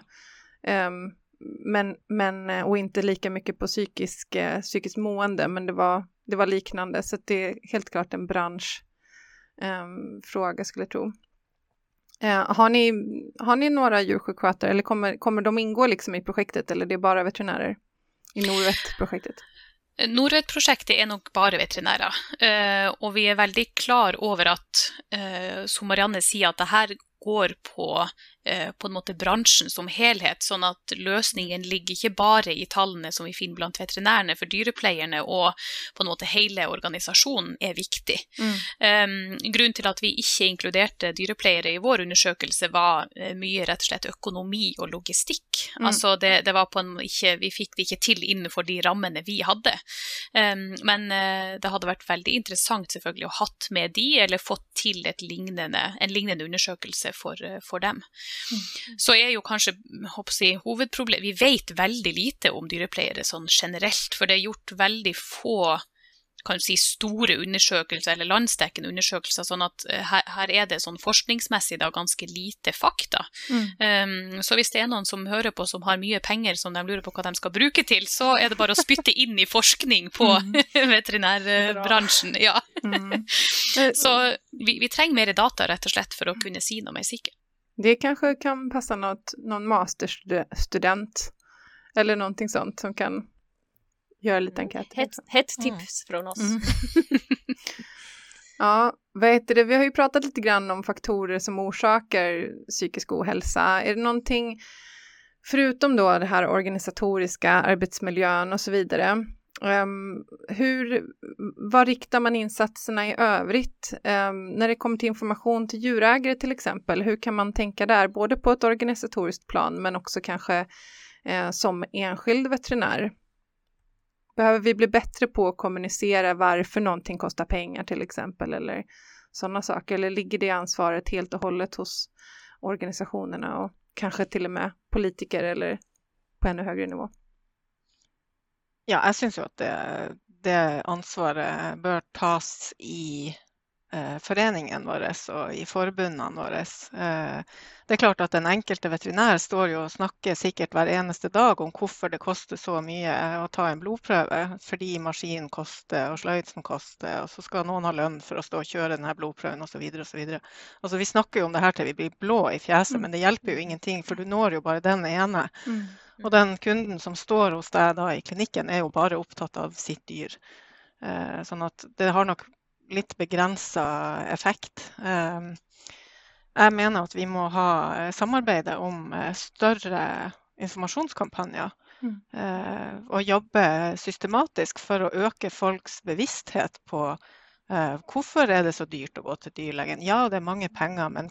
men och inte lika mycket på psykiskt mående, men det var liknande, så det är helt klart en branschfråga skulle jag tro. Har ni några djursjukskötare eller kommer de ingå liksom i projektet, eller det är bara veterinärer i Norvet-projektet? Norvet-projektet er nok bare veterinærer, og vi er veldig klar over at, som Marianne sier, at det her går på en måte bransjen som helhet, sånn at løsningen ligger ikke bare i tallene som vi finner blant veterinærene, for dyrepleierne og på en måte hele organisasjonen er viktig. Grunnen til at vi ikke inkluderte dyrepleiere i vår undersøkelse var mye rett og slett økonomi og logistikk. Altså det var vi fikk det ikke til innenfor de rammene vi hadde. Men det hadde vært veldig interessant selvfølgelig å hatt med de, eller fått til en lignende undersøkelse for dem. Så er jo kanskje hovedproblem. Vi vet veldig lite om dyrepleiere sånn generelt, for det er gjort veldig få store undersøkelser eller landsdekkende undersøkelser, sånn at her er det sånn forskningsmessig da ganske lite fakta. Så hvis det er noen som hører på som har mye penger som de lurer på hva de skal bruke til, så er det bare å spytte inn i forskning på veterinærbransjen. Ja. Så vi trenger mer data rett og slett for å kunne si noe mer sikkert. Det kanske kan passa någon masterstudent eller någonting sånt som kan göra lite enkät. Hett tips från oss. Ja, vi har ju pratat lite grann om faktorer som orsakar psykisk ohälsa. Är det någonting, förutom då det här organisatoriska, arbetsmiljön och så vidare, vad riktar man insatserna i övrigt när det kommer till information till djurägare till exempel? Hur kan man tänka där, både på ett organisatoriskt plan men också kanske som enskild veterinär? Behöver vi bli bättre på att kommunicera varför någonting kostar pengar till exempel, eller sådana saker? Eller ligger det ansvaret helt och hållet hos organisationerna och kanske till och med politiker eller på ännu högre nivå? Ja, jeg synes jo at det ansvaret bør tas i foreningen vår og i forbundene våre. Det er klart at den enkelte veterinær står jo og snakker sikkert hver eneste dag om hvorfor det koster så mye å ta en blodprøve, fordi maskinen koster og sløydsen koster, og så skal noen ha lønn for å stå og kjøre denne blodprøven og så videre og så videre. Altså vi snakker jo om det her til vi blir blå i fjeset, men det hjelper jo ingenting, for du når jo bare den ene. Og den kunden som står hos deg da i klinikken er jo bare opptatt av sitt dyr. Sånn at det har nok litt begrenset effekt. Jeg mener at vi må ha samarbeide om større informasjonskampanjer og jobbe systematisk for å øke folks bevissthet på hvorfor er det så dyrt å gå til dyrlegen? Ja, det er mange penger, men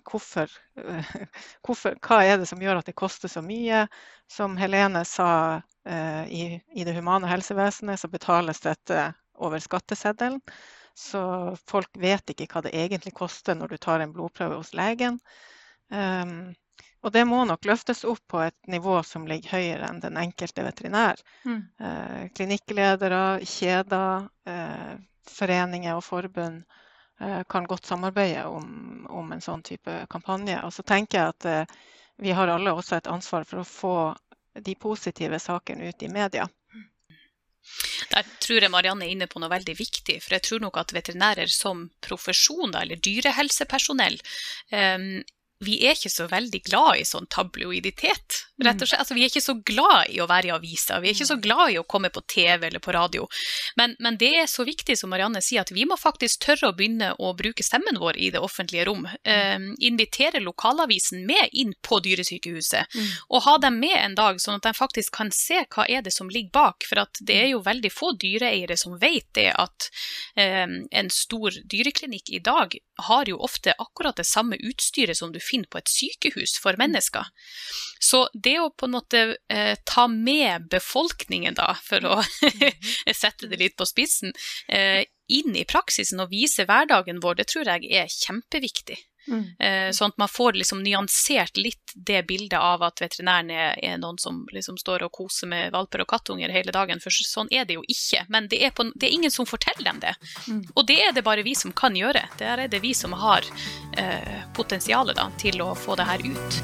hva er det som gjør at det koster så mye? Som Helene sa, i det humane helsevesenet så betales dette over skatteseddelen. Så folk vet ikke hva det egentlig koster når du tar en blodprøve hos legen. Og det må nok løftes opp på et nivå som ligger høyere enn den enkelte veterinær. Klinikkledere, kjeder, foreninger og forbund kan godt samarbeide om en sånn type kampanje. Og så tenker jeg at vi har alle også et ansvar for å få de positive sakene ut i media. Der tror jeg Marianne er inne på noe veldig viktig, for jeg tror nok at veterinærer som profesjon, eller dyrehelsepersonell, vi er ikke så veldig glad i sånn tabloiditet, rett og slett. Altså, vi er ikke så glad i å være i aviser, vi er ikke så glad i å komme på TV eller på radio. Men det er så viktig, som Marianne sier, at vi må faktisk tørre å begynne å bruke stemmen vår i det offentlige rom. Invitere lokalavisen med inn på dyresykehuset, og ha dem med en dag, sånn at de faktisk kan se hva er det som ligger bak. For at det er jo veldig få dyreeiere som vet det, at en stor dyreklinikk i dag har jo ofte akkurat det samme utstyret som du finner på et sykehus for mennesker. Så det å på en måte ta med befolkningen da, for å sette det litt på spissen, inn i praksisen og vise hverdagen vår, det tror jeg er kjempeviktig. Sånn at man får liksom nyansert litt det bildet av at veterinæren er noen som liksom står og koser med valper og kattunger hele dagen, for sånn er det jo ikke, men det er ingen som forteller dem det, og det er det bare vi som kan gjøre. Det er det vi som har potensialet da, til å få det her ut.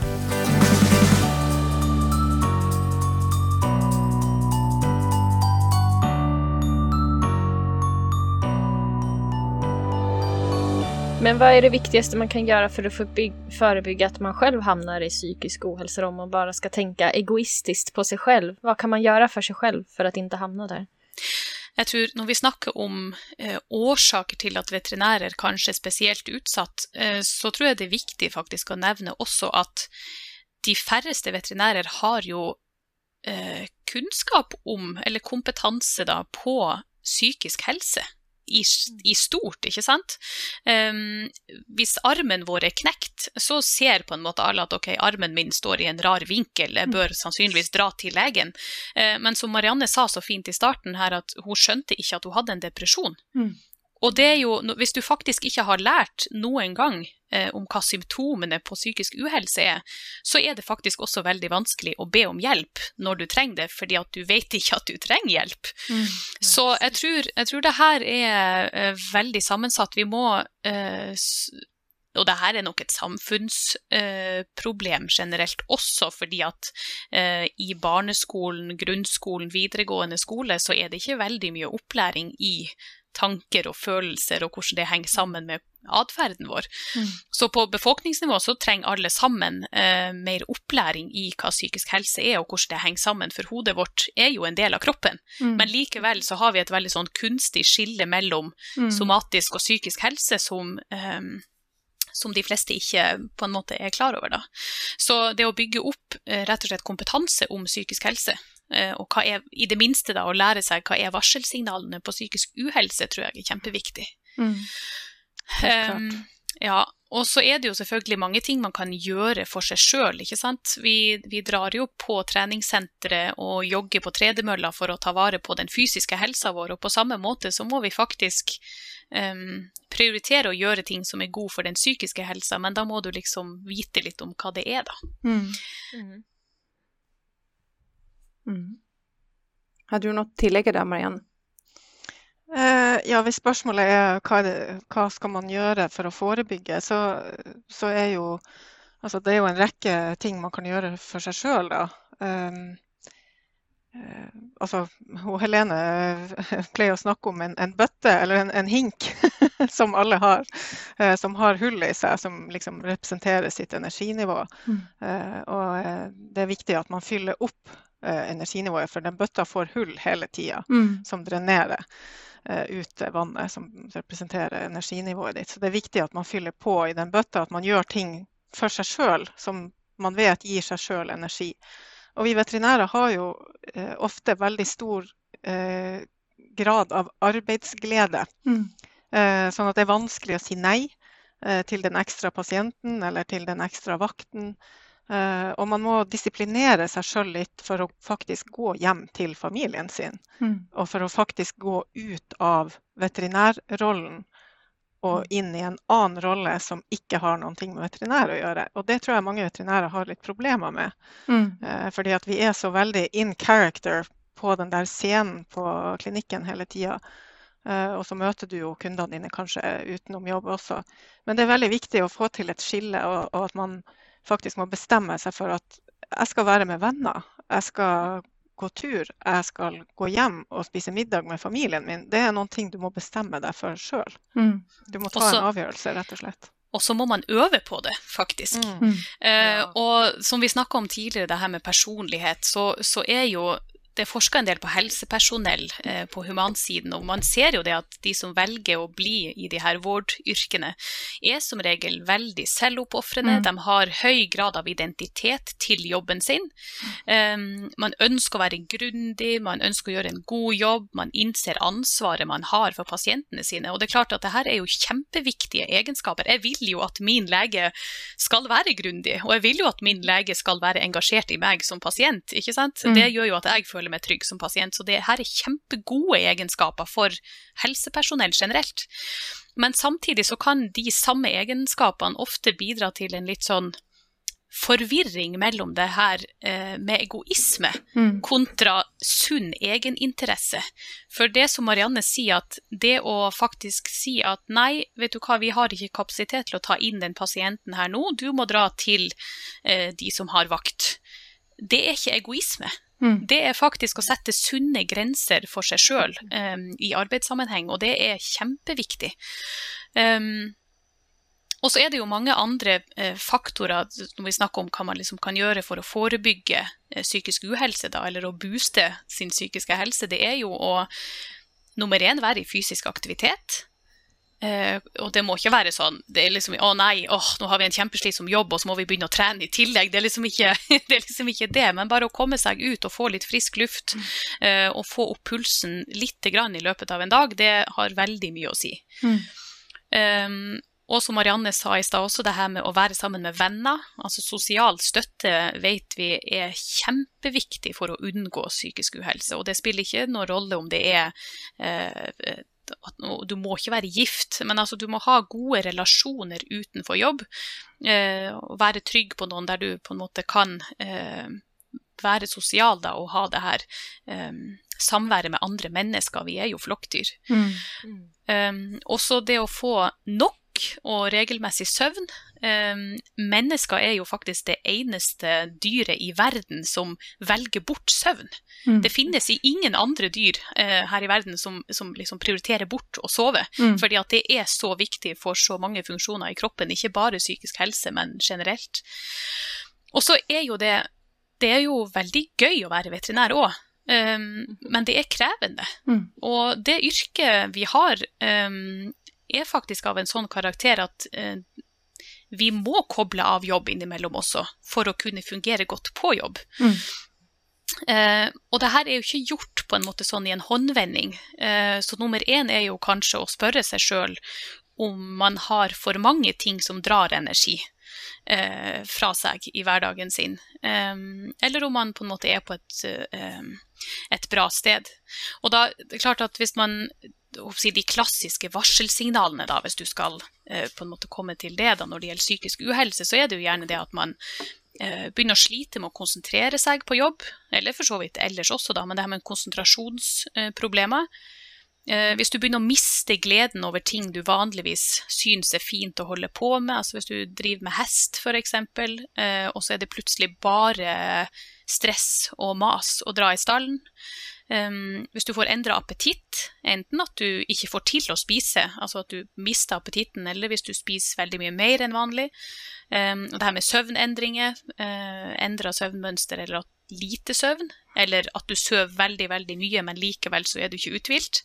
Men vad är det viktigaste man kan göra för att förebygga att man själv hamnar i psykisk ohälsa, om man bara ska tänka egoistiskt på sig själv? Vad kan man göra för sig själv för att inte hamna där? Jeg tror når vi snakker om årsaker til at veterinærer kanskje er spesielt utsatt, så tror jeg det er viktig faktisk å nevne også at de færreste veterinærer har jo kunnskap om, eller kompetanse da, på psykisk helse i stort, ikke sant? Hvis armen vår er knekt, så ser på en måte alle at ok, armen min står i en rar vinkel, jeg bør sannsynligvis dra til legen. Men som Marianne sa så fint i starten her, at hun skjønte ikke at hun hadde en depresjon. Og det er jo, hvis du faktisk ikke har lært noen gang om hva symptomene på psykisk uhelse er, så er det faktisk også veldig vanskelig å be om hjelp når du trenger det, fordi at du vet ikke at du trenger hjelp. Så jeg tror det her er veldig sammensatt. Vi må, og det her er nok et samfunnsproblem generelt også, fordi at i barneskolen, grunnskolen, videregående skole, så er det ikke veldig mye opplæring i tanker og følelser og hvordan det henger sammen med adferden vår. Så på befolkningsnivå så trenger alle sammen mer opplæring i hva psykisk helse er og hvordan det henger sammen, for hodet vårt er jo en del av kroppen. Men likevel så har vi et veldig sånn kunstig skille mellom somatisk og psykisk helse som de fleste ikke på en måte er klar over da. Så det å bygge opp rett og slett kompetanse om psykisk helse, og hva er, i det minste da, å lære seg hva er varselsignalene på psykisk uhelse, tror jeg er kjempeviktig. Ja, og så er det jo selvfølgelig mange ting man kan gjøre for seg selv, ikke sant? Vi drar jo på treningssentre og jogger på tredemøller for å ta vare på den fysiske helsa vår, og på samme måte så må vi faktisk prioritere å gjøre ting som er god for den psykiske helsa, men da må du liksom vite litt om hva det er da. Har du noe tillegg der, Marianne? Ja, hvis spørsmålet er hva skal man gjøre for å forebygge, så er jo, altså det er jo en rekke ting man kan gjøre for seg selv da. Altså, Helene pleier å snakke om en bøtte eller en hink som alle har, som har hull i seg, som liksom representerer sitt energinivå. Og det er viktig at man fyller opp energinivået, for den bøtta får hull hele tiden, som drenerer ut vannet som representerer energinivået ditt. Så det er viktig at man fyller på i den bøtta, at man gjør ting for seg selv, som man vet gir seg selv energi. Og vi veterinærer har jo ofte veldig stor grad av arbeidsglede, sånn at det er vanskelig å si nei til den ekstra pasienten eller til den ekstra vakten. Og man må disiplinere seg selv litt for å faktisk gå hjem til familien sin, og for å faktisk gå ut av veterinærrollen og inn i en annen rolle som ikke har noen ting med veterinær å gjøre. Og det tror jeg mange veterinærer har litt problemer med, fordi at vi er så veldig in character på den der scenen på klinikken hele tiden. Og så møter du jo kundene dine kanskje utenom jobb også. Men det er veldig viktig å få til et skille, og at man faktisk må bestemme seg for at jeg skal være med venner, jeg skal gå tur, jeg skal gå hjem og spise middag med familien min. Det er noen ting du må bestemme deg for selv. Du må ta en avgjørelse, rett og slett. Og så må man øve på det, faktisk. Og som vi snakket om tidligere, det her med personlighet, så er jo det er forsket en del på helsepersonell på humansiden, og man ser jo det at de som velger å bli i de her vårdyrkene er som regel veldig selvoppofrende. De har høy grad av identitet til jobben sin. Man ønsker å være grundig, man ønsker å gjøre en god jobb, man innser ansvaret man har for pasientene sine, og det er klart at det her er jo kjempeviktige egenskaper. Jeg vil jo at min lege skal være grundig, og jeg vil jo at min lege skal være engasjert i meg som pasient, ikke sant? Det gjør jo at jeg føler meg trygg som pasient, så det her er kjempegode egenskaper for helsepersonell generelt. Men samtidig så kan de samme egenskapene ofte bidra til en litt sånn forvirring mellom det her med egoisme kontra sunn egeninteresse. For det som Marianne sier, at det å faktisk si at nei, vet du hva, vi har ikke kapasitet til å ta inn den pasienten her nå, du må dra til de som har vakt. Det er ikke egoisme. Det er faktisk å sette sunne grenser for seg selv i arbeidssammenheng, og det er kjempeviktig. Og så er det jo mange andre faktorer når vi snakker om hva man liksom kan gjøre for å forebygge psykisk uhelse da, eller å booste sin psykiske helse. Det er jo å nummer 1 være i fysisk aktivitet. Og det må ikke være sånn, det liksom, nå har vi en kjempeslitsom jobb, og så må vi begynne å trene i tillegg. Det er liksom ikke det, men bare å komme seg ut og få litt frisk luft, og få opp pulsen litt grann i løpet av en dag, det har veldig mye å si. Og som Marianne sa i sted også, det her med å være sammen med venner, altså sosial støtte vet vi er kjempeviktig for å unngå psykisk uhelse, og det spiller ikke noen rolle om det du må ikke være gift, men altså du må ha gode relasjoner utenfor jobb, og være trygg på noen der du på en måte kan være sosial da, og ha det her samværet med andre mennesker. Vi er jo flokkdyr. Også det å få nok og regelmessig søvn. Mennesker er jo faktisk det eneste dyret i verden som velger bort søvn. Det finnes ingen andre dyr her i verden som liksom prioriterer bort å sove, fordi at det er så viktig for så mange funksjoner i kroppen, ikke bare psykisk helse, men generelt. Og så er jo det er jo veldig gøy å være veterinær også, men det er krevende. Og det yrket vi har er faktisk av en sånn karakter at vi må koble av jobb innimellom også, for å kunne fungere godt på jobb. Og det her er jo ikke gjort på en måte sånn i en håndvending. Så nummer 1 er jo kanskje å spørre seg selv om man har for mange ting som drar energi fra seg i hverdagen sin, eller om man på en måte er på et bra sted. Og da det er klart at hvis man de klassiske varselsignalene da, hvis du skal på en måte komme til det da, når det gjelder psykisk uhelse, så er det jo gjerne det at man begynner å slite med å konsentrere seg på jobb, eller for så vidt ellers også da, men det her med konsentrasjonsproblemer. Hvis du begynner å miste gleden over ting du vanligvis synes er fint å holde på med, altså hvis du driver med hest for eksempel, og så er det plutselig bare stress og mas å dra i stallen. Hvis du får endret appetitt, enten at du ikke får til å spise, altså at du mister appetitten, eller hvis du spiser veldig mye mer enn vanlig, og det her med søvnendringer, endret søvnmønster eller at lite søvn, eller at du søver veldig, veldig mye, men likevel så er du ikke uthvilt.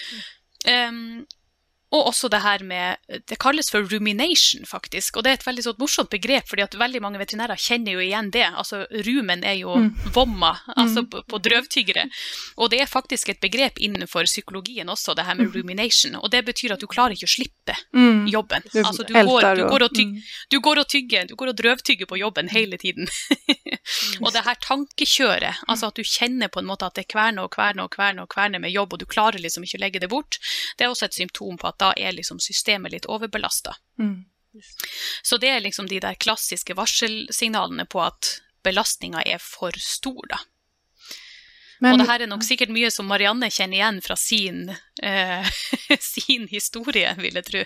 Og også det her med, det kalles for rumination faktisk, og det er et veldig sånn morsomt begrep, fordi at veldig mange veterinærer kjenner jo igjen det. Altså rumen er jo vomma, altså på drøvtyggere, og det er faktisk et begrep innenfor psykologien også, det her med rumination, og det betyr at du klarer ikke å slippe jobben. Altså du går og drøvtygger på jobben hele tiden. Og det her tankekjøret, altså at du kjenner på en måte at det kverner med jobb, og du klarer liksom ikke å legge det bort, det er også et symptom på at da er liksom systemet litt overbelastet. Så det er liksom de der klassiske varselsignalene på at belastningen er for stor da. Og det her er nok sikkert mye som Marianne kjenner igjen fra sin historie, vil jeg tro.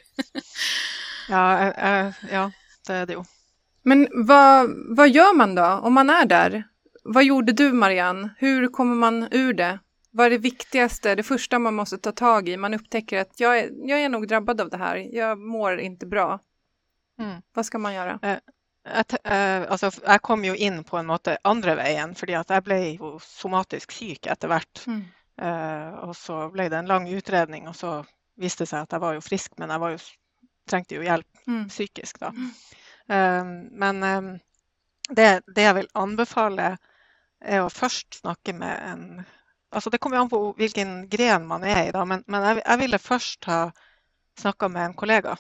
Ja, det är det ju. Men vad gör man då om man är där? Vad gjorde du, Marianne? Hur kommer man ur det? Vad är det viktigaste, det första man måste ta tag i? Man upptäcker att jag är nog drabbad av det här. Jag mår inte bra. Vad ska man göra? Altså, jeg kom jo inn på en måte andre veien, fordi at jeg ble jo somatisk syk etter hvert. Og så ble det en lang utredning, og så viste det seg at jeg var jo frisk, men jeg trengte jo hjelp psykisk da. Men det jeg vil anbefale er å først snakke med en, altså det kommer jo an på hvilken gren man er i da, men jeg ville først ha snakket med en kollega.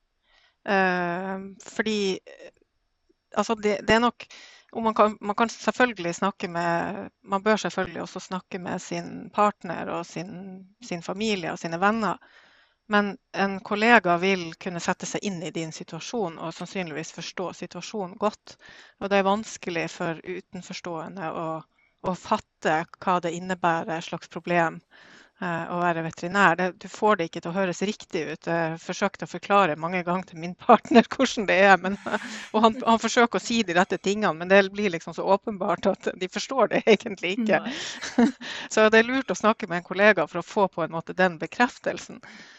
Fordi altså det er nok, og man kan selvfølgelig snakke med, man bør selvfølgelig også snakke med sin partner og sin familie og sine venner, men en kollega vil kunne sette seg inn i din situasjon og sannsynligvis forstå situasjonen godt, og det er vanskelig for utenforstående å fatte hva det innebærer slags problem å være veterinær. Du får det ikke til å høres riktig ut. Jeg forsøkte å forklare mange ganger til min partner hvordan det er, og han forsøker å si de rette tingene, men det blir liksom så åpenbart at de forstår det egentlig ikke. Så det er lurt å snakke med en kollega for å få på en måte den bekreftelsen.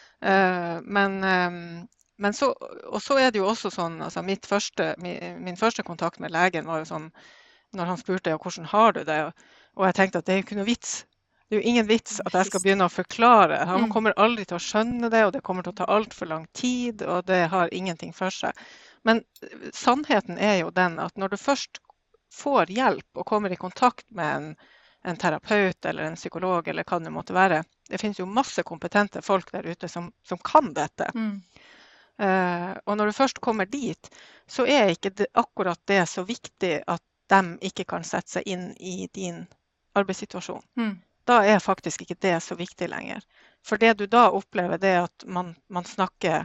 Men så, og så er det jo også sånn, altså min første kontakt med legen var jo sånn, når han spurte hvordan har du det, og jeg tenkte at det er jo ikke noe vits. Det är ju ingen vits att jag ska begynne å forklare. Han kommer aldri til å skjønne det, og det kommer til å ta alt for lang tid, og det har ingenting for seg. Men sannheten er jo den at når du først får hjelp og kommer i kontakt med en terapeut eller en psykolog eller hva det måtte være, det finnes jo masse kompetente folk der ute som kan dette. Og når du først kommer dit, så er ikke det, akkurat det så viktig at de ikke kan sette seg inn i din arbeidssituasjon. Da er faktisk ikke det så viktig lenger. For det du da opplever, det er at man snakker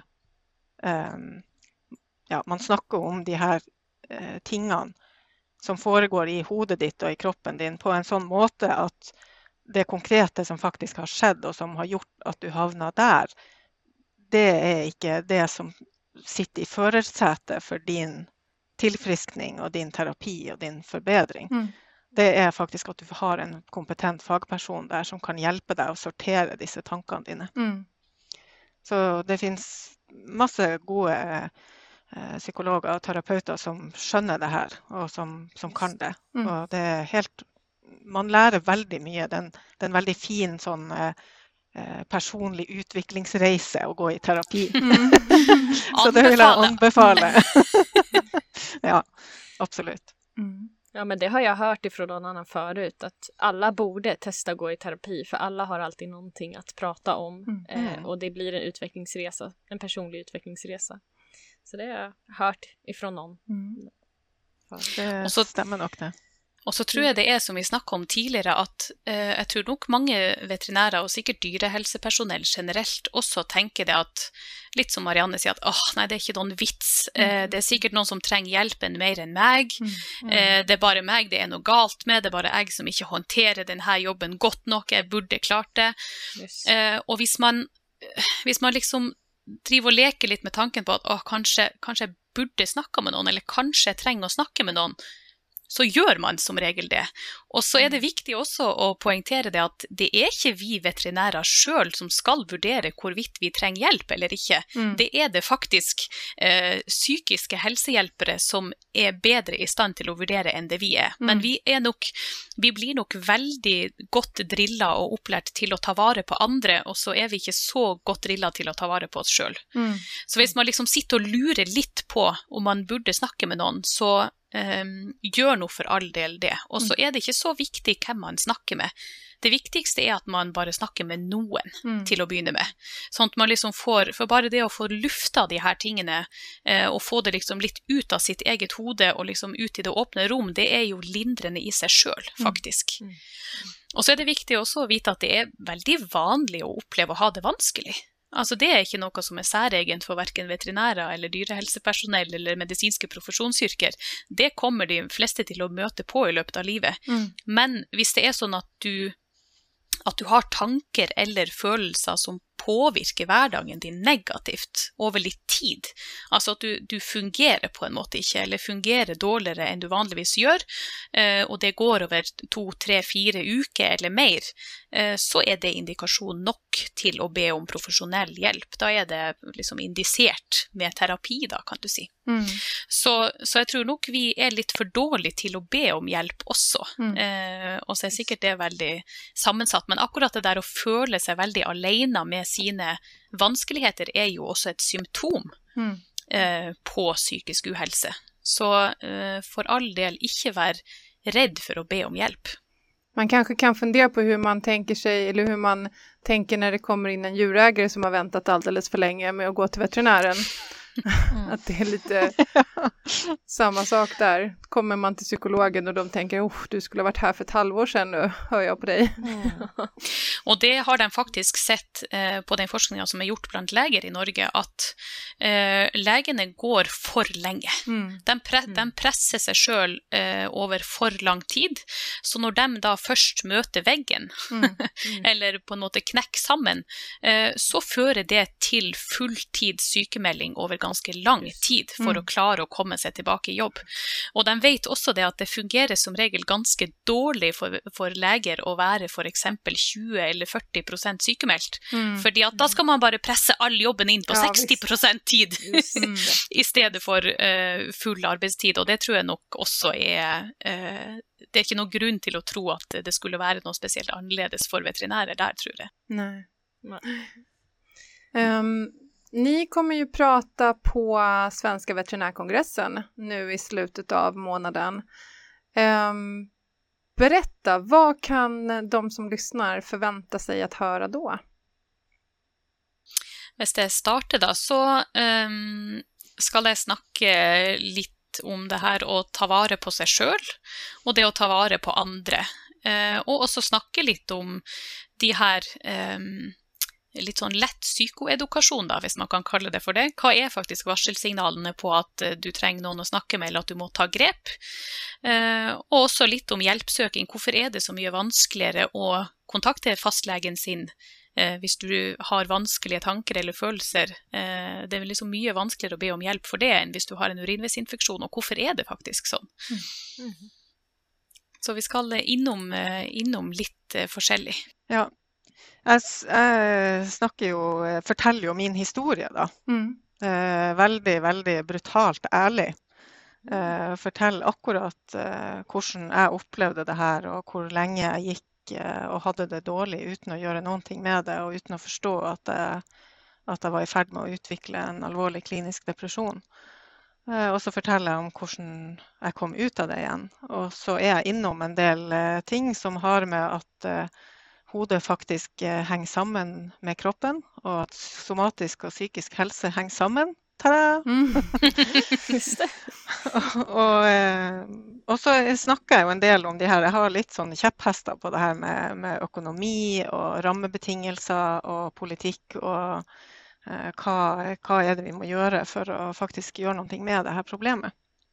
man snakker om de her tingene som foregår i hodet ditt og i kroppen din på en sånn måte at det konkrete som faktisk har skjedd og som har gjort at du havner der, det er ikke det som sitter i førersetet for din tilfriskning og din terapi og din forbedring. Det er faktisk at du har en kompetent fagperson der som kan hjelpe deg å sortere disse tankene dine. Så det finnes masse gode psykologer og terapeuter som skjønner det her, og som kan det. Og det er helt, man lærer veldig mye. Det er en veldig fin sånn personlig utviklingsreise å gå i terapi. Så det vil jeg anbefale. Ja, absolut. Ja, men det har jag hört ifrån någon annan förut, att alla borde testa att gå i terapi, för alla har alltid någonting att prata om och det blir en utvecklingsresa, en personlig utvecklingsresa. Så det har jag hört ifrån någon. Det stämmer nok det. Og så tror jeg det er som vi snakket om tidligere, at jeg tror nok mange veterinærer og sikkert dyrehelsepersonell generelt også tenker det at, litt som Marianne sier, at nei, det er ikke noen vits. Det er sikkert noen som trenger hjelpen mer enn meg. Det er bare meg det er noe galt med. Det er bare jeg som ikke håndterer denne jobben godt nok. Jeg burde klart det. Yes. Og hvis man liksom driver og leker litt med tanken på at kanskje jeg burde snakke med noen, eller kanskje jeg trenger å snakke med noen, så gjør man som regel det. Og så er det viktig også å poengtere det at det er ikke vi veterinærer selv som skal vurdere hvorvidt vi trenger hjelp eller ikke. Det er det faktisk psykiske helsehjelpere som er bedre i stand til å vurdere enn det vi er. Men vi blir nok veldig godt drillet og opplært til å ta vare på andre, og så er vi ikke så godt drillet til å ta vare på oss selv. Så hvis man liksom sitter og lurer litt på om man burde snakke med noen, så gjør noe for all del det. Og så er det ikke så viktig hvem man snakker med. Det viktigste er at man bare snakker med noen til å begynne med. Sånn at man liksom får, for bare det å få lufta de her tingene, og få det liksom litt ut av sitt eget hode, og liksom ut i det åpne rom, det er jo lindrende i seg selv, faktisk. Og så er det viktig også å vite at det er veldig vanlig å oppleve å ha det vanskelig. Altså det er ikke noe som er særegent for hverken veterinærer eller dyrehelsepersonell eller medisinske profesjonsyrker. Det kommer de fleste til å møte på i løpet av livet. Men hvis det er sånn at du har tanker eller følelser som påvirker hverdagen din negativt over litt tid, altså at du fungerer på en måte ikke, eller fungerer dårligere enn du vanligvis gjør, og det går over 2, 3, 4 uker eller mer, så er det indikasjon nok til å be om profesjonell hjelp. Da er det liksom indisert med terapi da, kan du si. Så jeg tror nok vi er litt for dårlige til å be om hjelp også. Og så er sikkert det veldig sammensatt, men akkurat det der å føle seg veldig alene med sine vanskeligheter er jo også et symptom på psykisk uhelse. Så for all del ikke vær redd for å be om hjelp. Man kanske kan fundera på hur man tänker sig, eller hur man tänker när det kommer in en djurägare som har väntat alldeles för länge med att gå till veterinären. Att det är lite samma sak där. Kommer man till psykologen och de tänker, du skulle ha varit här för ett halvår sedan nu, hör jag på dig. Och det har de faktiskt sett på den forskningen som är gjort bland läger i Norge, att lägene går för länge. De presser sig själv över för lång tid. Så när de då först möter väggen eller på något knäck samman, så fører det till fulltids sykemelding över ganske lang tid for å klare å komme seg tilbake i jobb. Og de vet også det at det fungerer som regel ganske dårlig for leger å være for eksempel 20 eller 40% sykemeldt. Fordi at da skal man bare presse all jobben inn på 60% tid i stedet for full arbeidstid. Og det tror jeg nok også det er ikke noen grunn til å tro at det skulle være noe spesielt annerledes for veterinärer där, tror jag. Nej. Ni kommer ju prata på Svenska veterinärkongressen nu i slutet av månaden. Berätta, vad kan de som lyssnar förvänta sig att höra då? Hvis det starter da, så skal jeg snakke litt om det her å ta vare på seg selv, og det å ta vare på andre. Og også snakke litt om de her litt sånn lett psykoedukasjon, da, hvis man kan kalle det for det. Hva er faktisk varselsignalene på at du trenger noen å snakke med, eller at du må ta grep? Og også litt om hjelpsøking. Hvorfor er det så mye vanskeligere å kontakte fastlegen sin hvis du har vanskelige tanker eller følelser? Det er liksom mye vanskeligere å be om hjelp for det enn hvis du har en urinveisinfeksjon, og hvorfor er det faktisk sånn? Så vi skal innom litt forskjellig. Ja, jeg forteller jo min historie da. Veldig, veldig brutalt ærlig. Fortell akkurat hvordan jeg opplevde det her, og hvor lenge jeg gikk og hadde det dårlig uten å gjøre noen ting med det, og uten å forstå at jeg var i ferd med å utvikle en alvorlig klinisk depresjon. Og så forteller jeg om hvordan jeg kom ut av det igjen. Og så er jeg innom en del ting som har med at hodet faktisk henger sammen med kroppen, og at somatisk og psykisk helse henger sammen. Ta-da! Just det. Og så snakker jeg jo en del om de her, jeg har litt sånn kjepphester på det her med økonomi og rammebetingelser og politikk, og hva er det vi må gjøre for å faktisk gjøre noe med det her problemet.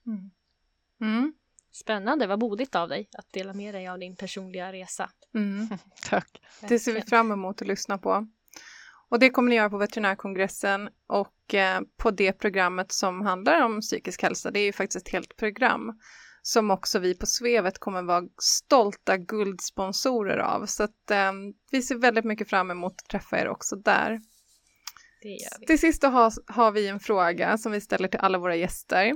Spännande, vad modigt av dig att dela med dig av din personliga resa. Tack. Det ser vi fram emot att lyssna på. Och det kommer ni göra på veterinärkongressen och på det programmet som handlar om psykisk hälsa. Det är ju faktiskt ett helt program som också vi på Svevet kommer vara stolta guldsponsorer av. Så att vi ser väldigt mycket fram emot att träffa er också där. Det gör vi. Till sist har vi en fråga som vi ställer till alla våra gäster.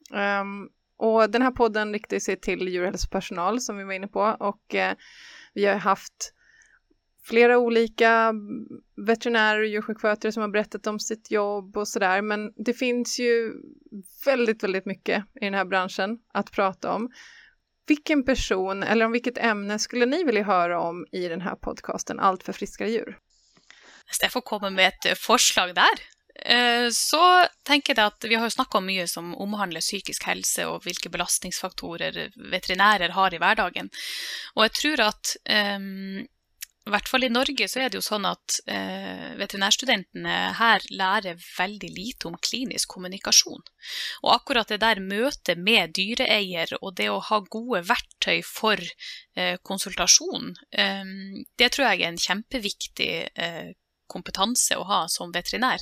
Och den här podden riktar sig till djurhälsopersonal som vi var inne på. Och vi har haft flera olika veterinärer och djursjukskötare som har berättat om sitt jobb och sådär. Men det finns ju väldigt, väldigt mycket i den här branschen att prata om. Vilken person eller om vilket ämne skulle ni vilja höra om i den här podcasten Allt för friskare djur? Hvis jeg får komme med et forslag der, så tenker jeg at vi har jo snakket om mye som omhandler psykisk helse og hvilke belastningsfaktorer veterinærer har i hverdagen. Og jeg tror at i hvert fall i Norge så er det jo sånn at veterinærstudentene her lærer veldig lite om klinisk kommunikasjon. Og akkurat det der møtet med dyreeier og det å ha gode verktøy for konsultasjon, det tror jeg er en kjempeviktig kompetanse å ha som veterinær.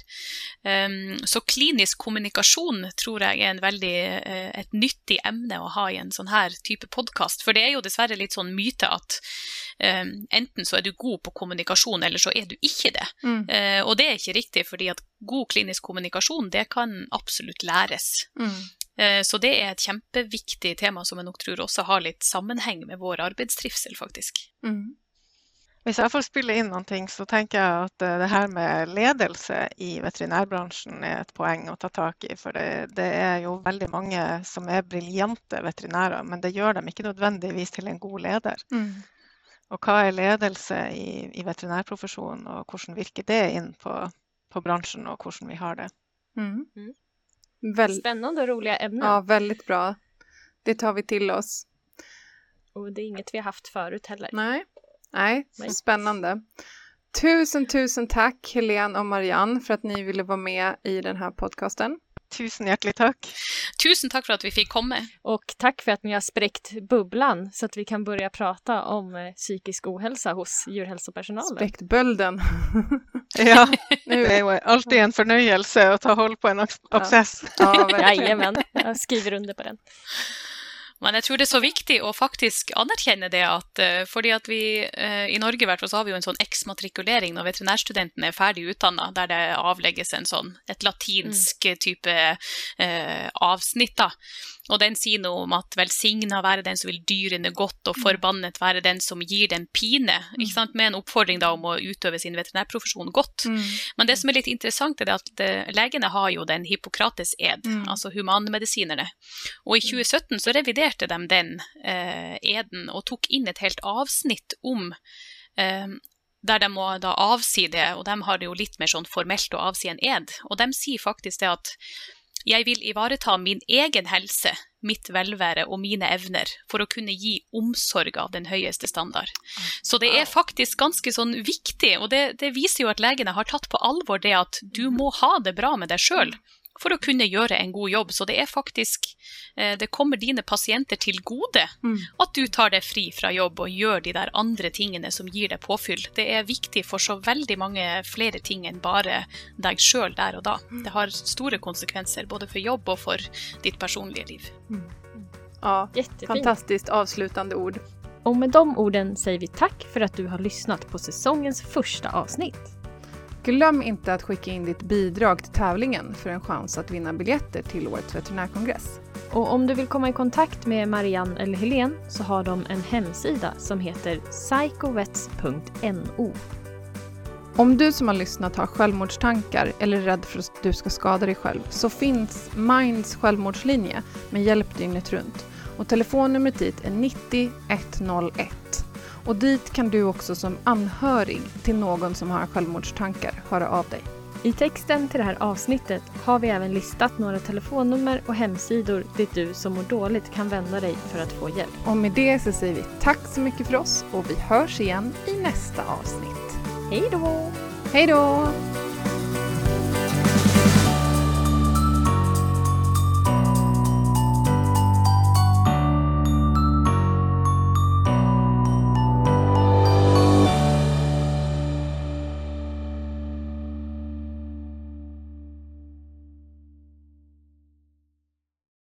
Så klinisk kommunikasjon tror jeg er et nyttig emne å ha i en sånn her type podcast. For det er jo dessverre litt sånn myte at enten så er du god på kommunikasjon, eller så er du ikke det. Og det er ikke riktig, fordi at god klinisk kommunikasjon, det kan absolutt læres. Så det er et kjempeviktig tema som jeg nok tror også har litt sammenheng med vår arbeidstrivsel, faktisk. Hvis jeg får spille inn noen ting, så tenker jeg at det her med ledelse i veterinærbransjen er et poeng å ta tak i, for det er jo veldig mange som er briljante veterinærer, men det gjør dem ikke nødvendigvis til en god leder. Og hva er ledelse i veterinærprofesjonen, og hvordan virker det inn på bransjen, og hvordan vi har det? Spännande och roliga ämnen. Ja, väldigt bra. Det tar vi till oss. Och det är inget vi har haft förut heller. Nej, spännande. Tusen tack Helene och Marianne för att ni ville vara med i den här podcasten. Tusen hjärtligt tack. Tusen tack för att vi fick komma. Och tack för att ni har spräckt bubblan så att vi kan börja prata om psykisk ohälsa hos djurhälsopersonalen. Spräckt bölden. Ja, det är alltid en förnöjelse att ta håll på en obsess. Ja, jajamän, jag skriver under på den. Men jeg tror det er så viktig å faktisk anerkjenne det at fordi at vi i Norge i hvert fall så har vi jo en sånn eksmatrikulering når veterinærstudenten er ferdig utdannet, der det avlegges en sånn, et latinsk type avsnitt da. Og den sier noe om at velsignet være den som vil dyrene godt, og forbannet være den som gir den pine, ikke sant? Med en oppfordring da om å utøve sin veterinærprofesjon godt. Men det som er litt interessant er at legene har jo den Hippokrates ed, altså humanmedisinerne. Og i 2017 så reviderte de den eden og tok inn et helt avsnitt om der de må da avsi det, og de har det jo litt mer sånn formelt å avsi en ed. Og de sier faktisk det at jeg vil ivareta min egen helse, mitt velvære og mine evner for å kunne gi omsorg av den høyeste standard. Så det er faktisk ganske sånn viktig, og det viser jo at legene har tatt på alvor det at du må ha det bra med deg selv for å kunne gjøre en god jobb. Så det er faktisk, det kommer dine pasienter til gode at du tar deg fri fra jobb og gjør de der andre tingene som gir deg påfyll. Det er viktig for så veldig mange flere ting enn bare deg selv der og da. Det har store konsekvenser både för jobb och för ditt personliga liv. Ja, jättefint. Fantastiskt avslutande ord. Och med de orden säger vi tack för att du har lyssnat på säsongens första avsnitt. Glöm inte att skicka in ditt bidrag till tävlingen för en chans att vinna biljetter till årets veterinärkongress. Och om du vill komma i kontakt med Marianne eller Helene så har de en hemsida som heter psychovets.no. Om du som har lyssnat har självmordstankar eller är rädd för att du ska skada dig själv så finns Minds självmordslinje med hjälp dygnet runt. Och telefonnumret dit är 90 101. Och dit kan du också som anhörig till någon som har självmordstankar höra av dig. I texten till det här avsnittet har vi även listat några telefonnummer och hemsidor dit du som mår dåligt kan vända dig för att få hjälp. Och med det så säger vi tack så mycket för oss och vi hörs igen i nästa avsnitt. Hej då! Hej då!